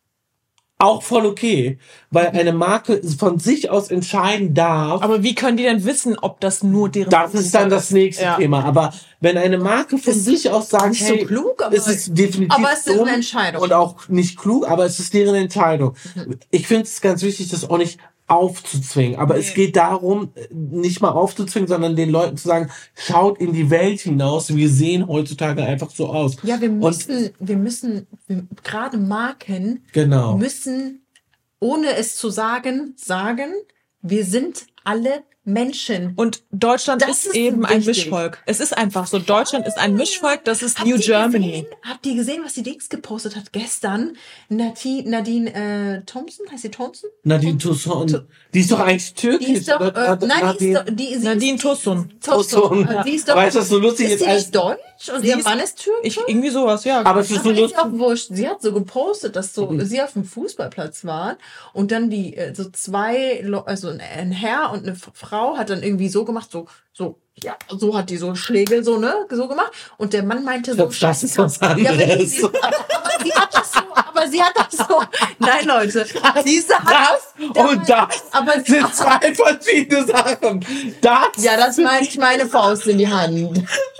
auch voll okay, weil eine Marke von sich aus entscheiden darf, aber wie können die denn wissen, ob das nur deren... das ist dann das nächste Ja. Thema. Aber wenn eine Marke von sich aus sagt, nicht so hey, klug, aber- es ist definitiv aber es ist eine dumm Entscheidung. und auch nicht klug, aber es ist deren Entscheidung. Ich finde es ganz wichtig, das auch nicht aufzuzwingen. Aber es geht darum, nicht mal aufzuzwingen, sondern den Leuten zu sagen, schaut in die Welt hinaus. Wir sehen heutzutage einfach so aus. Ja, wir Und müssen, wir müssen, wir, gerade Marken genau. müssen, ohne es zu sagen, sagen, wir sind alle Menschen. Und Deutschland Das ist, ist eben ein wichtig. Mischvolk. Es ist einfach so. Deutschland ist ein Mischvolk. Das ist Habt New ihr Germany. Gesehen, habt ihr gesehen, was die Dings gepostet hat gestern? Nati, Nadine äh, Thompson, heißt sie Thompson? Nadine Toussaint, die ist doch eigentlich türkisch. Die ist doch, oder? äh, nein, die ist doch, die, sie Nadine ist, Tosun. Thompson. Toussaint. Die ist doch, Weißt du, was so lustig ist ist? sie als- nicht deutsch und Sie ihr ist- Mann ist Türke? Ich, irgendwie sowas, ja. Aber es ist so Aber ist lustig. auch wurscht. Sie hat so gepostet, dass so Mhm. sie auf dem Fußballplatz waren und dann die äh, so zwei, Lo- also ein, ein Herr und eine F- Frau hat dann irgendwie so gemacht, so so ja, so hat die so Schlägel so ne so gemacht und der Mann meinte so, Das- das ist was Ja, aber anderes. sie, aber, aber sie hat das so, aber sie hat das so. Nein, Leute, diese hat Das und das aber sie, sind zwei verschiedene Sachen. Das ja, das meine ich meine Faust in die Hand.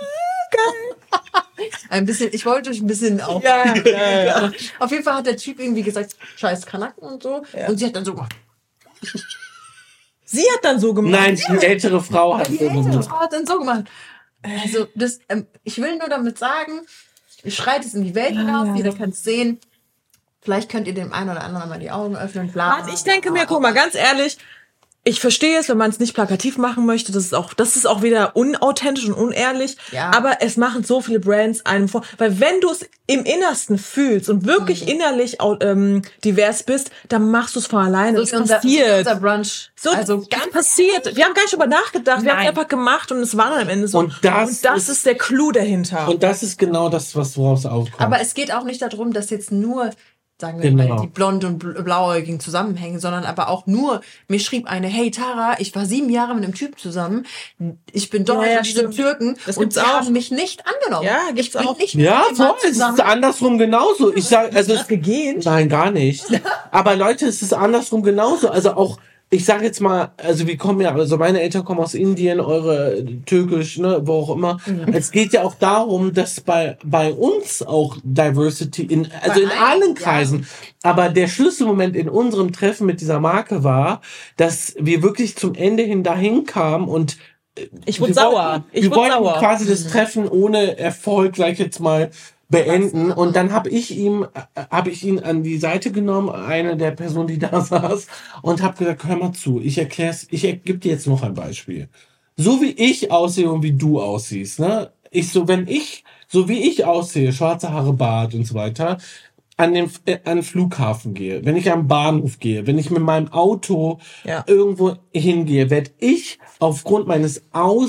Geil. Ein bisschen, ich wollte euch ein bisschen auf. Ja, ja, ja. Auf jeden Fall hat der Typ irgendwie gesagt, scheiß Kanaken und so. Und sie hat dann so gemacht. Sie hat dann so gemacht. Nein, die ältere Frau hat Die so ältere gemacht. Frau hat dann so gemacht. Also, das, ähm, ich will nur damit sagen, ihr schreit es in die Welt hinaus, ja. jeder kann es sehen. Vielleicht könnt ihr dem einen oder anderen mal die Augen öffnen. Bla, Also ich denke mir, guck mal, ganz ehrlich, ich verstehe es, wenn man es nicht plakativ machen möchte. Das ist auch, das ist auch wieder unauthentisch und unehrlich. Ja. Aber es machen so viele Brands einem vor. Weil wenn du es im Innersten fühlst und wirklich Mhm. innerlich au- ähm, divers bist, dann machst du es von alleine. so Das ist unser, passiert. unser Brunch. So, also das ganz passiert. Wir haben gar nicht drüber nachgedacht. Wir haben es Nein. einfach gemacht und es war dann am Ende so. Und das und das ist- ist, der Clou dahinter. Und das ist genau das, was woraus aufkommt. Aber es geht auch nicht darum, dass jetzt nur, sagen wir Genau. mal, die blond und bl- blauäugigen zusammenhängen, sondern aber auch nur, mir schrieb eine, hey Tara, ich war sieben Jahre mit einem Typ zusammen, ich bin Deutsch Ja, ja, und die sind stimmt. Türken Das und gibt's sie auch. haben mich nicht angenommen. Ja, gibt's ich bin auch. nicht ja, mit voll, jemandem es ist zusammen. andersrum genauso. Ich sag, also es gegeben. Nein, gar nicht. Aber Leute, es ist andersrum genauso. Also auch, ich sage jetzt mal, also wir kommen ja, also meine Eltern kommen aus Indien, eure türkisch, ne, wo auch immer. Es geht ja auch darum, dass bei bei uns auch Diversity in, also Bei in allen, allen Kreisen. Aber der Schlüsselmoment in unserem Treffen mit dieser Marke war, dass wir wirklich zum Ende hin dahin kamen und Ich wurde wir sauer. wollten- Ich wir wurde wollten sauer. quasi das Treffen ohne Erfolg gleich jetzt mal beenden. Und dann habe ich ihm, habe ich ihn an die Seite genommen, eine der Personen, die da saß, und habe gesagt, hör mal zu, ich erklär's, ich gebe dir jetzt noch ein Beispiel. So wie ich aussehe und wie du aussiehst, ne? Ich so, wenn ich, so wie ich aussehe, schwarze Haare, Bart und so weiter, an den, äh, an den Flughafen gehe, wenn ich am Bahnhof gehe, wenn ich mit meinem Auto Ja. irgendwo hingehe, werde ich aufgrund meines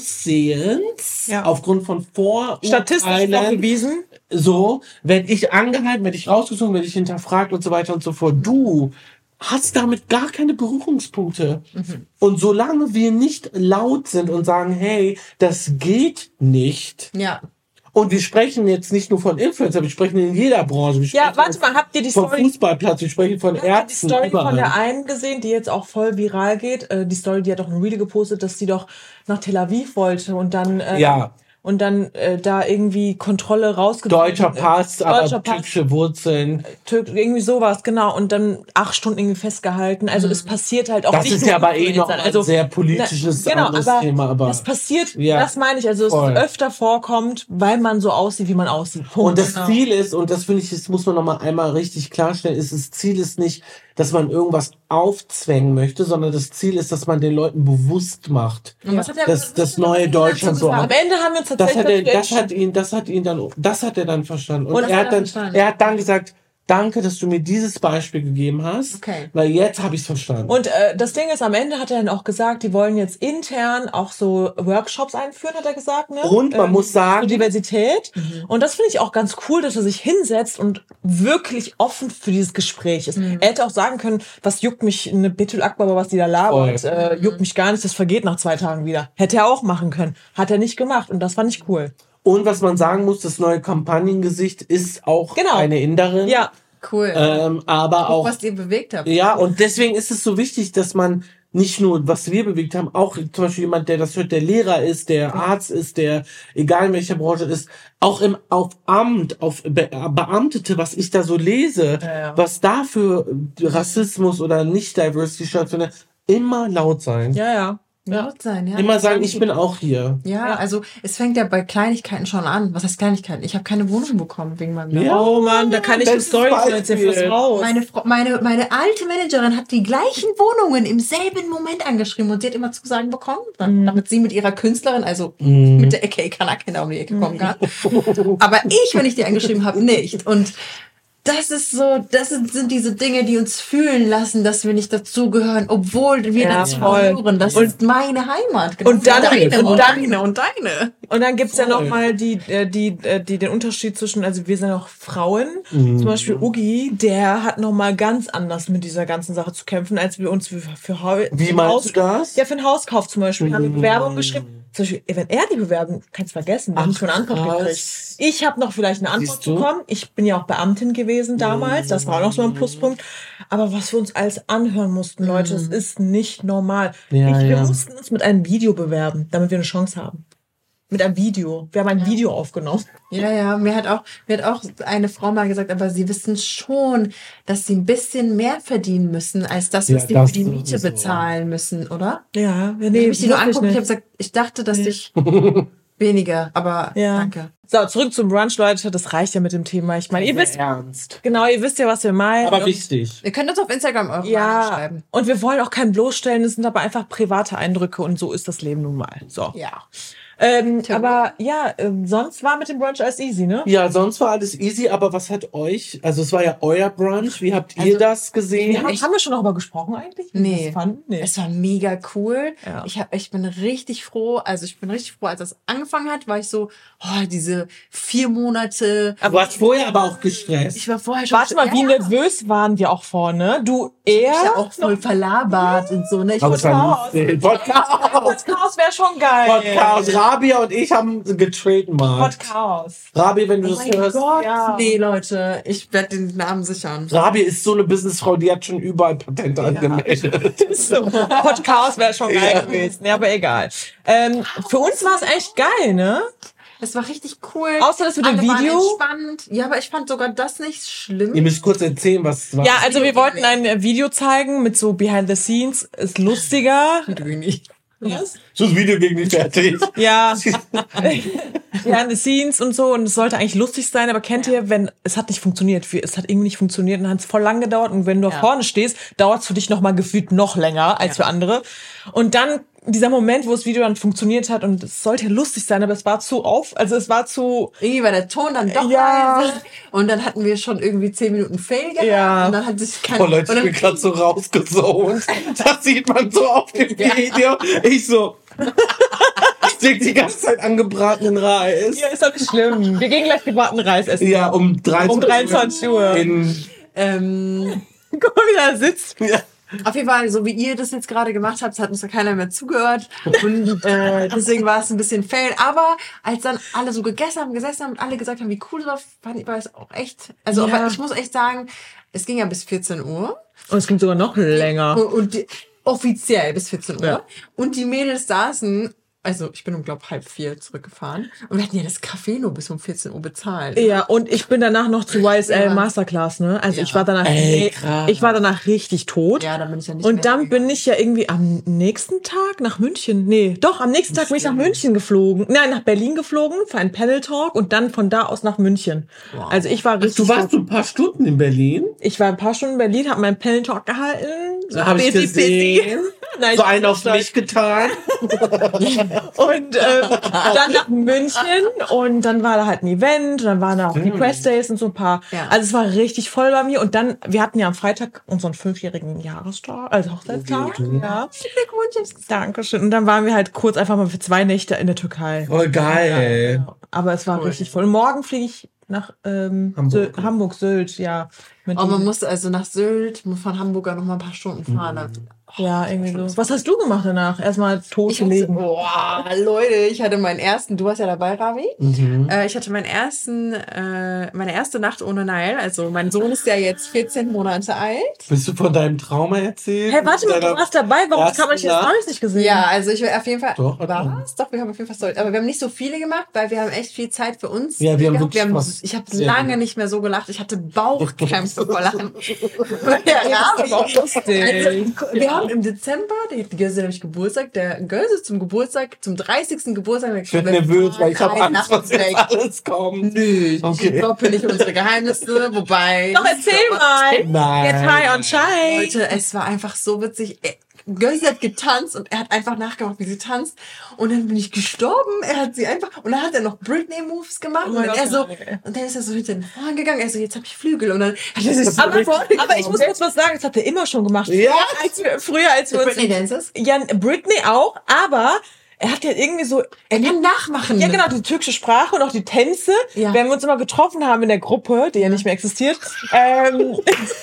Aussehens, Ja. aufgrund von Statistisch Vorurteilen, nachgewiesen. so, werde ich angehalten, werde ich rausgezogen, werde ich hinterfragt und so weiter und so fort. Du hast damit gar keine Berührungspunkte. Und solange wir nicht laut sind und sagen, hey, das geht nicht, Ja. und wir sprechen jetzt nicht nur von Influencer, wir sprechen in jeder Branche. Wir Ja, sprechen warte mal, habt ihr die vom Story, Fußballplatz, wir sprechen von habt ihr die Ärzten, Story überall. von der einen gesehen, die jetzt auch voll viral geht? Äh, die Story, die hat doch ein Reel gepostet, dass sie doch nach Tel Aviv wollte und dann äh, Ja. und dann äh, da irgendwie Kontrolle rausgezogen. Deutscher Pass, äh, aber Deutscher Pass, türkische Wurzeln. Türk, irgendwie sowas, genau. Und dann acht Stunden irgendwie festgehalten. Also es passiert halt auch Das nicht ist nur ja aber eh noch Influencern. ein sehr politisches na, genau, anderes aber Thema, aber- das passiert, Ja, das meine ich, also es voll. öfter vorkommt, weil man so aussieht, wie man aussieht. Punkt. Und das Genau. Ziel ist, und das finde ich, das muss man noch mal einmal richtig klarstellen, ist, das Ziel ist nicht, dass man irgendwas aufzwängen möchte, sondern das Ziel ist, dass man den Leuten bewusst macht, Und was hat er- dass was das hat er neue dazu Deutschland so gesagt? Am Ende haben wir uns Das tatsächlich hat er, dafür das hat ihn, das hat ihn dann, das hat er dann verstanden. Und, Und das er hat hat er dann, verstanden. er hat dann gesagt, danke, dass du mir dieses Beispiel gegeben hast, Okay. weil jetzt habe ich es verstanden. Und äh, das Ding ist, am Ende hat er dann auch gesagt, die wollen jetzt intern auch so Workshops einführen, hat er gesagt. Ne? Und man muss sagen- Zur Diversität. Und das finde ich auch ganz cool, dass er sich hinsetzt und wirklich offen für dieses Gespräch ist. Er hätte auch sagen können, was juckt mich eine Betül Akbar, was die da labert, Voll. äh, juckt mich gar nicht, das vergeht nach zwei Tagen wieder. Hätte er auch machen können. Hat er nicht gemacht und das fand ich cool. Und was man sagen muss, das neue Kampagnengesicht ist auch Genau. eine Inderin. Ja, Cool. Ähm, aber Guck, auch, was ihr bewegt habt. ja, und deswegen ist es so wichtig, dass man nicht nur, was wir bewegt haben, auch zum Beispiel jemand, der das hört, der Lehrer ist, der Arzt ist, der, egal in welcher Branche ist, auch im, auf Amt, auf Be Beamtete, was ich da so lese, Ja, ja. was da für Rassismus oder Nicht-Diversity stattfindet, immer laut sein. ja, ja. Laut sein, ja. Immer sagen, ich bin auch hier. Ja, also es fängt ja bei Kleinigkeiten schon an. Was heißt Kleinigkeiten? Ich habe keine Wohnung bekommen wegen meinem Namen. Ja. Oh Mann, da kann ich eine Bestes Story von erzählen Beispiel. fürs Haus. Meine, Fro- meine, meine alte Managerin hat die gleichen Wohnungen im selben Moment angeschrieben und sie hat immer Zusagen bekommen, dann, damit sie mit ihrer Künstlerin, also mit der A K Kanake da um die Ecke kommen kann. Aber ich, wenn ich die angeschrieben habe, nicht. Und das ist so, das sind, sind diese Dinge, die uns fühlen lassen, dass wir nicht dazugehören, obwohl wir Ja, dazu voll. gehören. Das ist meine Heimat. Genau Und dann- deine und und dann- deine und deine. Und dann gibt's ja Voll. noch mal die, äh, die, äh, die, den Unterschied zwischen, also wir sind auch Frauen. Mhm. Zum Beispiel Ugi, der hat noch mal ganz anders mit dieser ganzen Sache zu kämpfen, als wir uns für, für Heu- Wie für meinst Haus- du das? Ja, für einen Hauskauf zum Beispiel. Haben wir Mhm. Bewerbung geschrieben. Zum Beispiel, wenn er die Bewerbung, kannst du vergessen, wir haben Ach, schon eine Antwort krass. gekriegt. Ich habe noch vielleicht eine Antwort Siehst du? bekommen. Ich bin ja auch Beamtin gewesen damals. Das war auch noch so ein Pluspunkt. Aber was wir uns alles anhören mussten, Leute, das ist nicht normal. Ja, ich, wir ja. mussten uns mit einem Video bewerben, damit wir eine Chance haben. Mit einem Video. Wir haben ein Video aufgenommen. Ja, ja, mir hat auch, mir hat auch eine Frau mal gesagt, aber sie wissen schon, dass sie ein bisschen mehr verdienen müssen, als das, was Ja, die das für die Miete sowieso. bezahlen müssen, oder? Ja, Nee, nee, hab ich die nur wirklich angucken, ich habe nicht. gesagt, ich dachte, dass ich weniger, aber Ja. danke. So, zurück zum Brunch, Leute. Das reicht ja mit dem Thema. Ich meine, ihr wisst, Ernst. genau, ihr wisst ja, was wir meinen. Aber Und- wichtig. Ihr könnt uns auf Instagram eure Meinung Ja, schreiben. und wir wollen auch keinen bloßstellen, es sind aber einfach private Eindrücke und so ist das Leben nun mal. So. Ja. Ähm, aber ja, ähm, sonst war mit dem Brunch alles easy, ne? Ja, sonst war alles easy, aber was hat euch, also es war ja euer Brunch, wie habt ihr Also, das gesehen? Wir haben, haben wir schon darüber gesprochen eigentlich? Wie wir Nee. das fanden? Nee. Es war mega cool. Ja. Ich, hab, ich bin richtig froh, also ich bin richtig froh, als das angefangen hat, war ich so, oh, diese vier Monate. Du warst vorher aber auch gestresst. Ich war vorher schon. Warte mal, wie nervös waren wir auch vorne? Du eher? Ich ja auch voll verlabert und so, ne? Ich aber wollte es war lustig. Podcast. Podcast wäre schon geil. Podcast. Rabia und ich haben getrademarkt. Podcast. Rabi, wenn du Oh das mein hörst. Gott. Ja. Nee, Leute, ich werde den Namen sichern. Rabi ist so eine Businessfrau, die hat schon überall Patente angemeldet. So, Podcast wäre schon geil Ja. gewesen. Ja, aber egal. Ähm, für uns war es echt geil, ne? Es war richtig cool. Außer das mit dem Alle waren Video. entspannt. Ja, aber ich fand sogar das nicht schlimm. Ihr müsst kurz erzählen, was war. Ja, also wir wollten ein äh, Video zeigen mit so Behind the Scenes. Ist lustiger. Das Video ging nicht fertig. Ja. Behind the Scenes und so. Und es sollte eigentlich lustig sein, aber kennt ihr, wenn es hat nicht funktioniert, wie- es hat irgendwie nicht funktioniert und dann hat es voll lang gedauert und wenn du Ja. vorne stehst, dauert es für dich nochmal gefühlt noch länger als für andere. Und dann dieser Moment, wo das Video dann funktioniert hat und es sollte ja lustig sein, aber es war zu auf, also es war zu, Irgendwie war der Ton dann doch Ja. leise. Und dann hatten wir schon irgendwie zehn Minuten Fail gehabt. Ja. Und dann hat sich kein... Oh Leute, und ich bin dann, gerade so rausgesohnt. Das sieht man so auf dem Video. Ich so. Ich denk die ganze Zeit angebratenen Reis. ja, ist doch nicht schlimm. Wir gehen gleich gebratenen Reis essen. Ja, um dreiundzwanzig, Um dreiundzwanzig Uhr. In, ähm, Guck mal, wie er sitzt. ja. auf jeden Fall, so wie ihr das jetzt gerade gemacht habt, hat uns da keiner mehr zugehört. Und äh, deswegen war es ein bisschen Fail. Aber als dann alle so gegessen haben, gesessen haben und alle gesagt haben, wie cool das war, fand ich, war es auch echt... Also Ja. aber ich muss echt sagen, es ging ja bis vierzehn Uhr. Und es ging sogar noch länger. Und, und die, offiziell bis vierzehn Uhr. Ja. Und die Mädels saßen, also ich bin um, glaub, halb vier zurückgefahren. Und wir hatten ja das Café nur bis um vierzehn Uhr bezahlt. Ja, und ich bin danach noch zu Y S L Ja. Masterclass, ne? Also Ja. ich war danach, Ey, ri- krass. ich war danach richtig tot. Ja, dann bin ich ja nicht Und mehr dann hingegangen. bin ich ja irgendwie am nächsten Tag nach München. Nee, doch, am nächsten Tag bin ich nach München geflogen. Nein, nach Berlin geflogen für einen Panel Talk und dann von da aus nach München. Also ich war richtig Du warst tot. so ein paar Stunden in Berlin. Ich war ein paar Stunden in Berlin, habe meinen Panel Talk gehalten. Da habe ich Busy, busy. gesehen. Nein, So ich- einen auf mich getan. Und ähm, dann nach München und dann war da halt ein Event und dann waren da auch die Press Days und so ein paar. Ja. Also es war richtig voll bei mir und dann, wir hatten ja am Freitag unseren fünfjährigen Jahrestag, also Hochzeitstag. Ja. Glückwunsch. Dankeschön. Und dann waren wir halt kurz einfach mal für zwei Nächte in der Türkei. Voll geil. Aber es war richtig voll. Und morgen fliege ich nach ähm, Hamburg. Sylt, Hamburg, Sylt, ja. Mit Oh, man dem- muss also nach Sylt, muss von Hamburger noch mal ein paar Stunden fahren. ja, irgendwie so. Was hast du gemacht danach? Erstmal tot Ich hatte, gelegen. boah, Leute, ich hatte meinen ersten, du warst ja dabei, Ravi. Mhm. Äh, ich hatte meinen ersten, äh, meine erste Nacht ohne Nile. Also mein Sohn ist ja jetzt vierzehn Monate alt. Willst du von deinem Trauma erzählen? Hey, warte mal, du Deiner- warst dabei. Warum ersten kann man dich jetzt Nacht? Stories nicht gesehen? Ja, also ich will auf jeden Fall. Doch, hat man. war es? Doch, wir haben auf jeden Fall Stories. Aber wir haben nicht so viele gemacht, weil wir haben echt viel Zeit für uns. Ja, wir haben gehabt. wirklich wir haben, was- Ich habe sehr lange gut. nicht mehr so gelacht. Ich hatte Bauchkrämpfe vor Lachen. ja, ja, das ist aber auch lustig. Also, wir haben im Dezember, die, die Göse nämlich Geburtstag, der Göse ist zum Geburtstag, zum dreißigsten Geburtstag. Ich bin nervös, weil ich habe Angst, was jetzt alles kommt. Nö, ich Okay. droppe nicht unsere Geheimnisse, wobei... Doch, erzähl mal. Nein. Get high on Chai. Leute, es war einfach so witzig. Er- Gösi hat getanzt und er hat einfach nachgemacht, wie sie tanzt. Und dann bin ich gestorben. Er hat sie einfach, und dann hat er noch Britney-Moves gemacht. Oh und, mein dann Gott, er so, ey. und dann ist er so hinter den Vorhang gegangen. Er so, jetzt hab ich Flügel. Und dann hat er sich so Aber, aber ich muss kurz was sagen, das hat er immer schon gemacht. Ja. Als wir, früher, als wir uns... Britney Dances. Ja, Britney auch, aber er hat ja irgendwie so... Er kann nachmachen. Ja, genau, die türkische Sprache und auch die Tänze. Ja. Wenn wir uns immer getroffen haben in der Gruppe, die ja nicht mehr existiert. Ähm,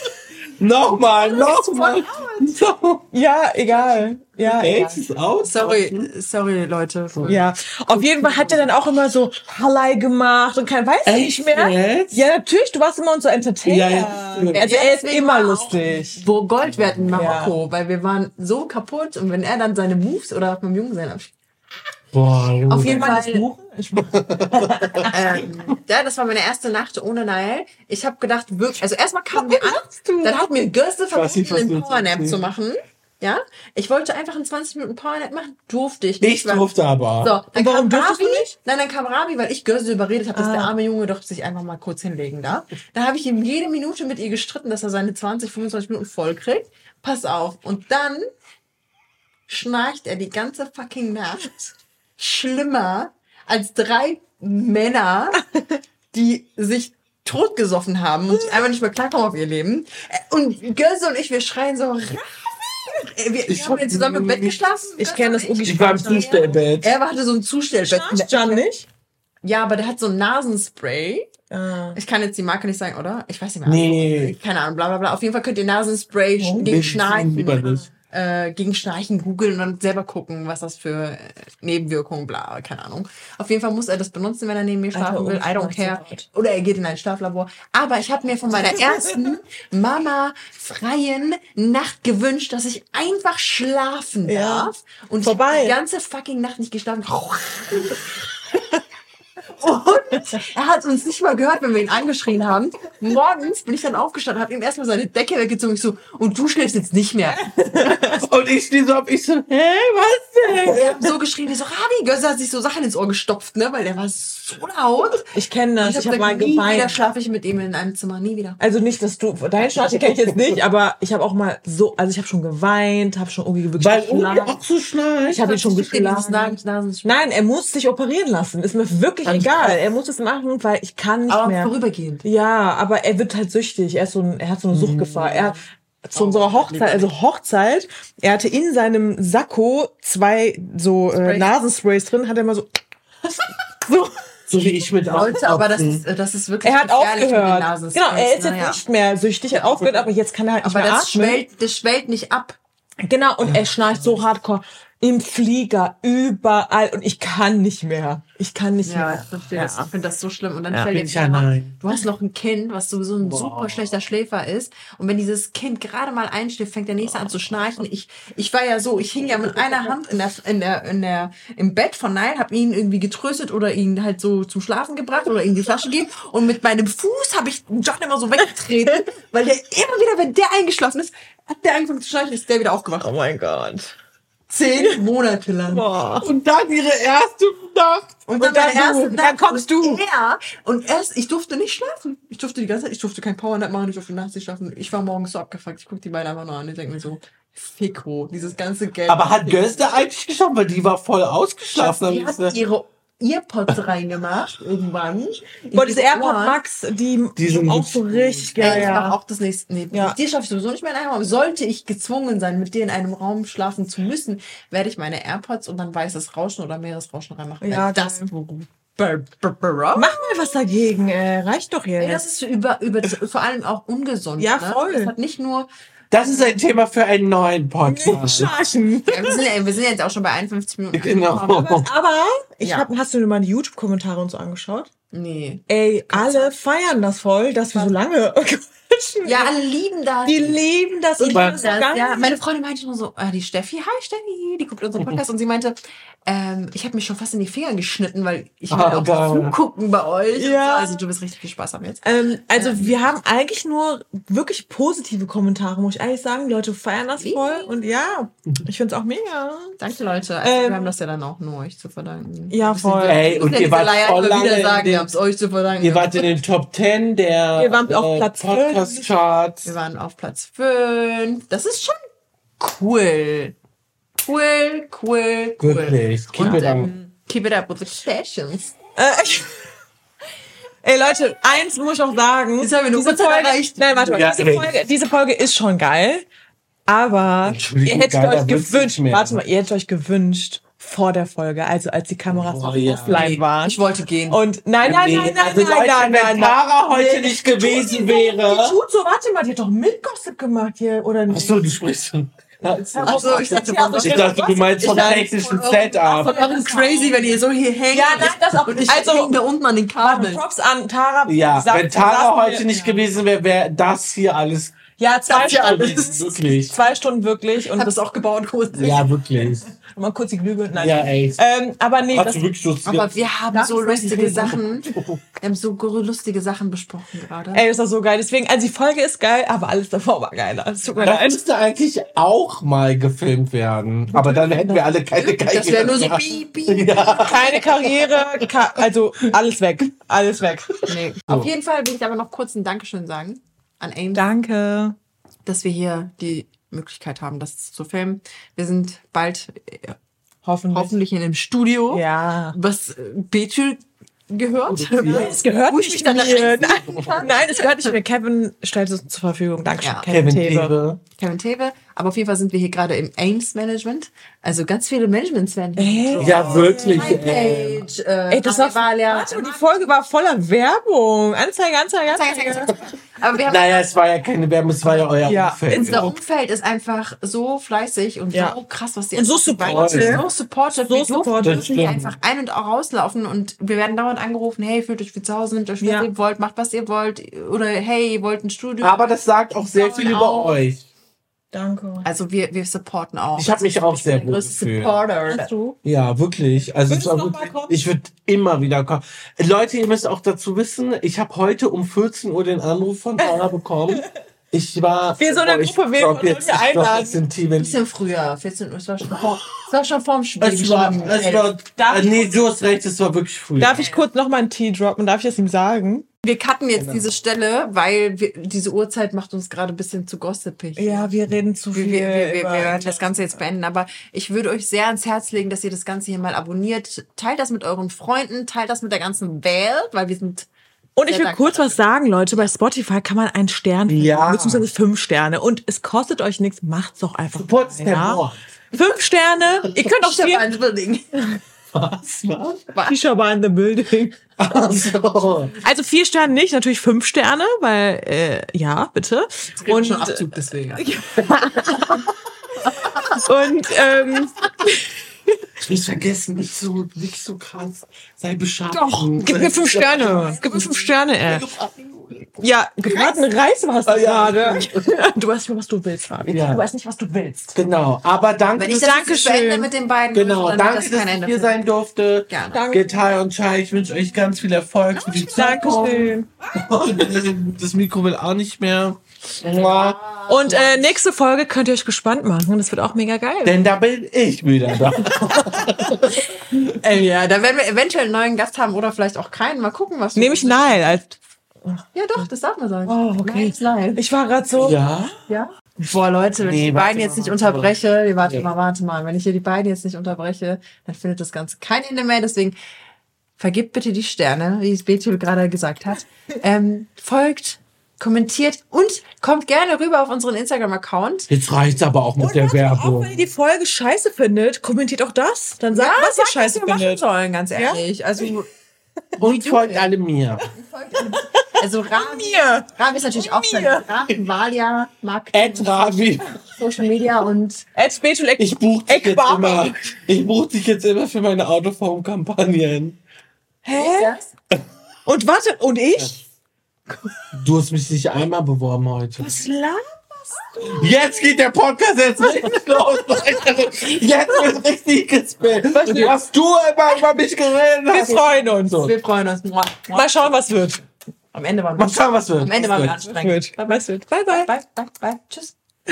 Nochmal, nochmal. No. ja, egal. Ja, egal. Echt? Ist aus? Sorry, sorry, Leute. Ja, auf jeden Fall hat er dann auch immer so Hallei gemacht und kein weiß Echt nicht mehr. jetzt? Ja, natürlich, du warst immer unser Entertainer. Ja, ja, stimmt. also er ist Deswegen immer war auch lustig. Wo Gold werden in Marokko, weil wir waren so kaputt und wenn er dann seine Moves oder auf meinem Jungen sein Boah, Junge. Auf jeden Fall. Buch? Ich Ähm, ja, das war meine erste Nacht ohne Nael. Ich habe gedacht, wirklich, also erstmal kamen wir an, dann hat mir Göste weiß nicht, verboten, was einen du jetzt Powernap erzählst. zu machen. Ja, ich wollte einfach einen zwanzig Minuten Powernap machen, durfte ich Ich weil- durfte aber. So, dann warum kam durftest Rabi, du nicht? Nein, dann kam Rabi, weil ich Göste überredet habe, dass Ah. der arme Junge doch sich einfach mal kurz hinlegen darf. Da habe ich ihm jede Minute mit ihr gestritten, dass er seine zwanzig, fünfundzwanzig Minuten voll kriegt. Pass auf. Und dann schnarcht er die ganze fucking Nacht. Schlimmer als drei Männer, die sich totgesoffen haben und einfach nicht mehr klarkommen auf ihr Leben. Und Göse und ich, wir schreien so, Rabi! Wir, Ich wir haben hab- zusammen im Bett geschlafen. Ich Göse kenne und das Ugi. Ich war im Zustellbett. Er hatte so ein Zustellbett. Schnarcht Can nicht? Ja, aber der hat so ein Nasenspray. Ah. Ich kann jetzt die Marke nicht sagen, oder? Ich weiß nicht mehr. Nee. Keine Ahnung, bla bla bla. Auf jeden Fall könnt ihr Nasenspray Oh, gegen nee, Schnarchen, lieber nicht. äh, gegen Schnarchen googeln und dann selber gucken, was das für äh, Nebenwirkungen, bla, keine Ahnung. Auf jeden Fall muss er das benutzen, wenn er neben mir schlafen Alter, will. I don't oh, care. so hart. Oder er geht in ein Schlaflabor. Aber ich habe mir von meiner ersten Mama-freien Nacht gewünscht, dass ich einfach schlafen Ja. darf. Und Vorbei. ich hab die ganze fucking Nacht nicht geschlafen. Und er hat uns nicht mal gehört, wenn wir ihn angeschrien haben. Morgens bin ich dann aufgestanden, habe ihm erstmal seine Decke weggezogen. Ich so, und du schläfst jetzt nicht mehr. Und ich stehe so ab, ich so, hä, was denn? Wir haben so geschrien, ich so, Rabi, Gösse hat sich so Sachen ins Ohr gestopft, ne, weil der war so laut. Ich kenne das. Ich Ich habe habe hab mal nie wieder geweint. schlafe ich mit ihm in einem Zimmer, nie wieder. Also nicht, dass du, dein Schnarchen kenne ich jetzt nicht, aber ich habe auch mal so, also ich habe schon geweint, habe schon irgendwie wirklich Weil Ugi geschlafen. auch so schnarcht. Ich habe ihn schon Dieses geschlafen. Nasen- Nasen- Nein, er muss sich operieren lassen. Ist mir wirklich Ganz egal. krass. Er muss es machen, weil ich kann nicht Aber mehr. vorübergehend. Ja, aber er wird halt süchtig. Er ist so ein, er hat so eine Suchtgefahr. Er zu unserer Hochzeit, also Hochzeit, er hatte in seinem Sakko zwei so äh, Sprays. Nasensprays drin, hat er mal so so. So wie ich mit Leute, aber das Austropfen. ist, das ist wirklich Er hat gefährlich mit den aufgehört. Nasensprays, Genau, er ist jetzt naja. nicht mehr süchtig, hat aufgehört, aber jetzt kann er halt nicht Aber mehr das atmen. schwellt, das schwellt nicht ab. Genau, und er schnarcht so hardcore. Im Flieger, überall. Und ich kann nicht mehr. Ich kann nicht Ja, mehr. ich verstehe das. Ich finde das so schlimm. Und dann Ja. stell Bin dir ich vor, allein. du hast noch ein Kind, was sowieso ein super schlechter Schläfer ist. Und wenn dieses Kind gerade mal einschläft, fängt der Nächste an zu schnarchen. Ich, ich war ja so, ich hing ja mit einer Hand in der, in der, in der, im Bett von Nile, hab ihn irgendwie getröstet oder ihn halt so zum Schlafen gebracht oder ihm die Flasche gegeben. Und mit meinem Fuß habe ich John immer so weggetreten, weil der immer wieder, wenn der eingeschlafen ist, hat der angefangen zu schnarchen, ist der wieder aufgewacht. Oh mein Gott. Zehn Monate lang. Boah. Und dann ihre erste Nacht. Und dann, Und dann meine erste du. Nacht. Dann kommst du. Und er. Und erst, ich durfte nicht schlafen. Ich durfte die ganze Zeit, ich durfte kein Powernap machen, ich durfte nachts nicht schlafen. Ich war morgens so abgefuckt. Ich guck die beiden einfach nur an. Ich denke mir so, Ficko, dieses ganze Geld. Aber hat Göste eigentlich geschafft, weil die war voll ausgeschlafen. Die hat ihre Earpods reingemacht irgendwann. Boah, diese In die AirPod Ohren. Max, die, Die sind auch so so cool. richtig Ey, geil. ich mach Ja. auch das nächste. Nee, Ja. mit dir schaffe ich sowieso nicht mehr in einem Raum. Sollte ich gezwungen sein, mit dir in einem Raum schlafen zu müssen, werde ich meine AirPods und dann weißes Rauschen oder Meeresrauschen reinmachen. Ja, Weil das geil. Ber- ber- ber- Mach mal was dagegen, ey. Reicht doch Ey, jetzt. das ist über, über, vor allem auch ungesund. Ja, ne? voll. Das hat nicht nur, Das ist ein Thema für einen neuen Podcast. Schnarchen. ja, wir, sind ja, wir sind jetzt auch schon bei einundfünfzig Minuten. Genau. Aber ich Ja. hab, hast du dir mal die YouTube-Kommentare und so angeschaut? Nee. Ey, alle feiern das voll, dass wir so lange quatschen. Ja, alle lieben das. Die lieben das. Ich Aber- find's so geil. Ja, meine Freundin meinte nur so, äh, die Steffi, hi Steffi, die guckt unseren Podcast und sie meinte, ähm, ich habe mich schon fast in die Finger geschnitten, weil ich will Ah, auch geil. zugucken bei euch. Ja. Also du wirst richtig viel Spaß haben jetzt. Ähm, also wir haben eigentlich nur wirklich positive Kommentare, muss ich ehrlich sagen. Die Leute feiern das voll. Und ja, ich find's auch mega. Danke Leute. Also, Ähm, wir haben das ja dann auch nur euch zu verdanken. Ja, voll. Ey, und ja ihr diese wart Leier voll immer lange wieder in sagen, den- wir haben es euch zu verdanken. Ihr wart in den Top Ten der Wir waren auf Platz Podcast-Charts. Wir waren auf Platz fünf. Das ist schon cool. Cool, cool, cool. Wirklich. Keep Und, it up. ähm, keep it up with the questions. Äh, ich, ey Leute, eins muss ich auch sagen. Jetzt haben wir eine diese Uhrzeit Folge, erreicht. nein, warte mal, Ja, diese, ey. Folge, diese Folge ist schon geil, aber Entschuldigung, ihr hättet geiler euch wird's gewünscht, nicht mehr. warte mal, ihr hättet euch gewünscht vor der Folge, also als die Kameras Boah, noch ja. offline waren. Ich wollte gehen. Und nein, nein, Nee, nein, nein, also nein, Leute, nein, wenn nein, Tara heute Nee, nicht die tut gewesen so- wäre- Die tut so, warte mal, die hat doch mit Gossip gemacht hier, oder nicht? Achso, du sprichst schon. Ach so, ich dachte, von, Ich dachte, du meinst vom Ich dachte, technischen von Setup. von eurem Crazy, wenn ihr so hier hängt. Ja, nein, das auch. Und ich Also- häng da unten an den Kabeln. Props an Tara. Ja, Sagt- wenn Tara sagt heute mir- nicht gewesen wäre, wäre das hier alles Ja, zwei Das ist ja Stunden. alles. Wirklich. Zwei Stunden wirklich. Und Hab das das auch gebaut, kurz. Ja, wirklich. mal kurz die Glühbirne. Nein. Ja, ey. Ähm, aber nee, Hast das, du wirklich lustige... Aber wir haben Darf so ich nicht lustige reden? Sachen. Wir haben so lustige Sachen besprochen gerade. ey, ist das so geil. Deswegen, also die Folge ist geil, aber alles davor war geiler. Es tut mir Das leid. müsste eigentlich auch mal gefilmt werden. Aber dann hätten wir alle keine Karriere. Das wäre nur so mehr. piep, piep. Keine Karriere, ka- also alles weg. Alles weg. Nee. Auf jeden Fall will ich aber noch kurz ein Dankeschön sagen an Ames, Danke. dass wir hier die Möglichkeit haben, das zu filmen. Wir sind bald äh, Hoffentlich. hoffentlich in einem Studio, Ja. was äh, Betül gehört. Es gehört Wo ich nicht mich dann mir. reinziehen Nein, nein, es gehört nicht mir. Kevin stellt es zur Verfügung. Dankeschön, Ja. Kevin, Kevin Thebe. Thebe. Kevin Thebe. Aber auf jeden Fall sind wir hier gerade im Ames Management. Also ganz viele Managements werden hier. Ja, wirklich. Ey. Page, äh, Ey, das war, Valia. warte, die Folge war voller Werbung. Anzeige, Anzeige, Anzeige. Aber wir haben Naja, es war ja keine Werbung, es war ja euer Ja, Umfeld. unser Umfeld ist einfach so fleißig und Ja. so krass, was die Und so einfach supportive. beibringen. So supportive. So wir durften supportive, dürfen hier stimmt. einfach ein- und auch rauslaufen und wir werden dauernd angerufen, hey, fühlt euch wie zu Hause, nehmt euch, was Ja. ihr wollt, macht, was ihr wollt. Oder hey, ihr wollt ein Studio. Aber das sagt auch sehr viel über Auch. euch. Danke. Also wir, wir supporten auch. Ich hab mich auch bin sehr der wohl größte gefühlt. Supporter. Hast du? Ja, wirklich. Also es Würdest war du noch mal wirklich, kommen? ich würde immer wieder kommen. Leute, ihr müsst auch dazu wissen, ich habe heute um vierzehn Uhr den Anruf von Tara bekommen. Ich war... Wir so eine Oh, ich Gruppe, wen glaub wollen jetzt, wir ich glaub, einladen? jetzt sind die, wenn Ein bisschen früher, vierzehn Uhr, es war schon vor, es war schon vorm Spiel. es war, es war, Darf äh, ich- nee, du hast recht, es war wirklich früh. Darf ich kurz noch mal einen Tee droppen? Darf ich das ihm sagen? Wir cutten Genau. jetzt diese Stelle, weil wir, diese Uhrzeit macht uns gerade ein bisschen zu gossipig. Ja, wir reden zu Wir, viel. wir, wir, wir über- werden das Ganze jetzt beenden, aber ich würde euch sehr ans Herz legen, dass ihr das Ganze hier mal abonniert. Teilt das mit euren Freunden, teilt das mit der ganzen Welt, weil wir sind... Und ich sehr will dankbar kurz was sagen, Leute. Bei Spotify kann man einen Stern vergeben, Ja. beziehungsweise fünf Sterne. Und es kostet euch nichts. Macht's doch einfach. Support's mal, der ja? Wort. Fünf Sterne. Ihr könnt auch vier. Building. Was, was? Shisha Bar in the building. Ach so. Also vier Sterne nicht, natürlich fünf Sterne, weil, äh, ja, bitte. Und Und, schon Abzug deswegen. und ähm, Nicht vergessen, nicht so, nicht so krass. Sei bescheiden. doch, gib mir fünf Sterne. Gib mir fünf Sterne, ey. Ja, gebratene Reis war's Ah, ja. gerade. Du weißt nicht, was du willst, Fabi. Ja. Du weißt nicht, was du willst. Genau, aber danke, Wenn ich dass- das jetzt Dankeschön. beende mit den beiden, genau, dann wird danke, das dass kein ich Ende hier finden. sein durfte. Gerne. Danke. Getai und Chai, ich wünsche euch ganz viel Erfolg für die Zukunft. Dankeschön. Und das Mikro will auch nicht mehr. Mua. Und äh, nächste Folge könnt ihr euch gespannt machen. Das wird auch mega geil. Denn da bin ich wieder da. Äh, ja, da werden wir eventuell einen neuen Gast haben oder vielleicht auch keinen. Mal gucken, was... Nehme ich Nile als. Ja, doch, das darf man sagen. Oh, okay. Nice, nice. Ich war gerade so. Ja? Ja? Boah, Leute, wenn Nee, ich die warte beiden mal, jetzt nicht warte mal. unterbreche, nee, warte Ja. mal, warte mal, wenn ich hier die beiden jetzt nicht unterbreche, dann findet das Ganze kein Ende mehr. Deswegen vergebt bitte die Sterne, wie es Betül gerade gesagt hat. Ähm, folgt, kommentiert und kommt gerne rüber auf unseren Instagram-Account. Jetzt reicht's aber auch mit der Auch Werbung. wenn ihr die Folge scheiße findet, kommentiert auch das. Dann sagt, was ihr sagt, scheiße wir machen findet. sollen, ganz ehrlich. Also, Und folgt alle mir. also Ravi, Mir. Ravi ist natürlich auch sein. Mir. Ravi, Valia, Mark, Ed Ravi. Social Media und Ed Betul Eck. Ich buche dich jetzt Eckbarber. immer. Ich buche dich jetzt immer für meine Autoform-Kampagnen. Hä? Und warte, und ich? Du hast mich nicht einmal beworben heute. Was laberst Jetzt geht der Podcast jetzt richtig los, Leute. Jetzt wird richtig gespillt. Was du immer über mich geredet Wir hast. freuen uns. wir freuen uns. Mua, mua. Mal schauen, was wird. Am Ende waren Mal wir, schauen, was wird. am Ende Was waren wir wird. anstrengend. Wird. Was wird? Bye, bye. Bye, bye, bye. Tschüss.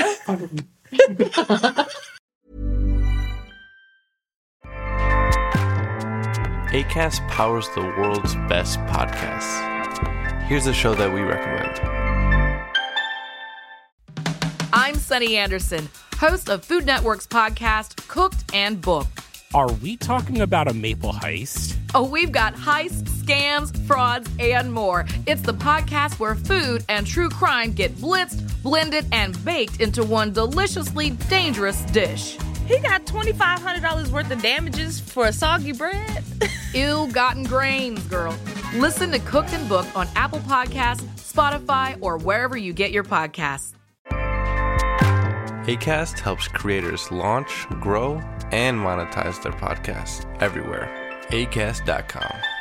Acast powers the world's best podcasts. Here's a show that we recommend. I'm Sunny Anderson, host of Food Network's podcast, Cooked and Booked. Are we talking about a maple heist? Oh, we've got heists, scams, frauds, and more. It's the podcast where food and true crime get blitzed, blended, and baked into one deliciously dangerous dish. He got twenty-five hundred dollars worth of damages for a soggy bread. Ill-gotten grains, girl. Listen to Cooked and Booked on Apple Podcasts, Spotify, or wherever you get your podcasts. Acast helps creators launch, grow, and monetize their podcasts everywhere. acast dot com.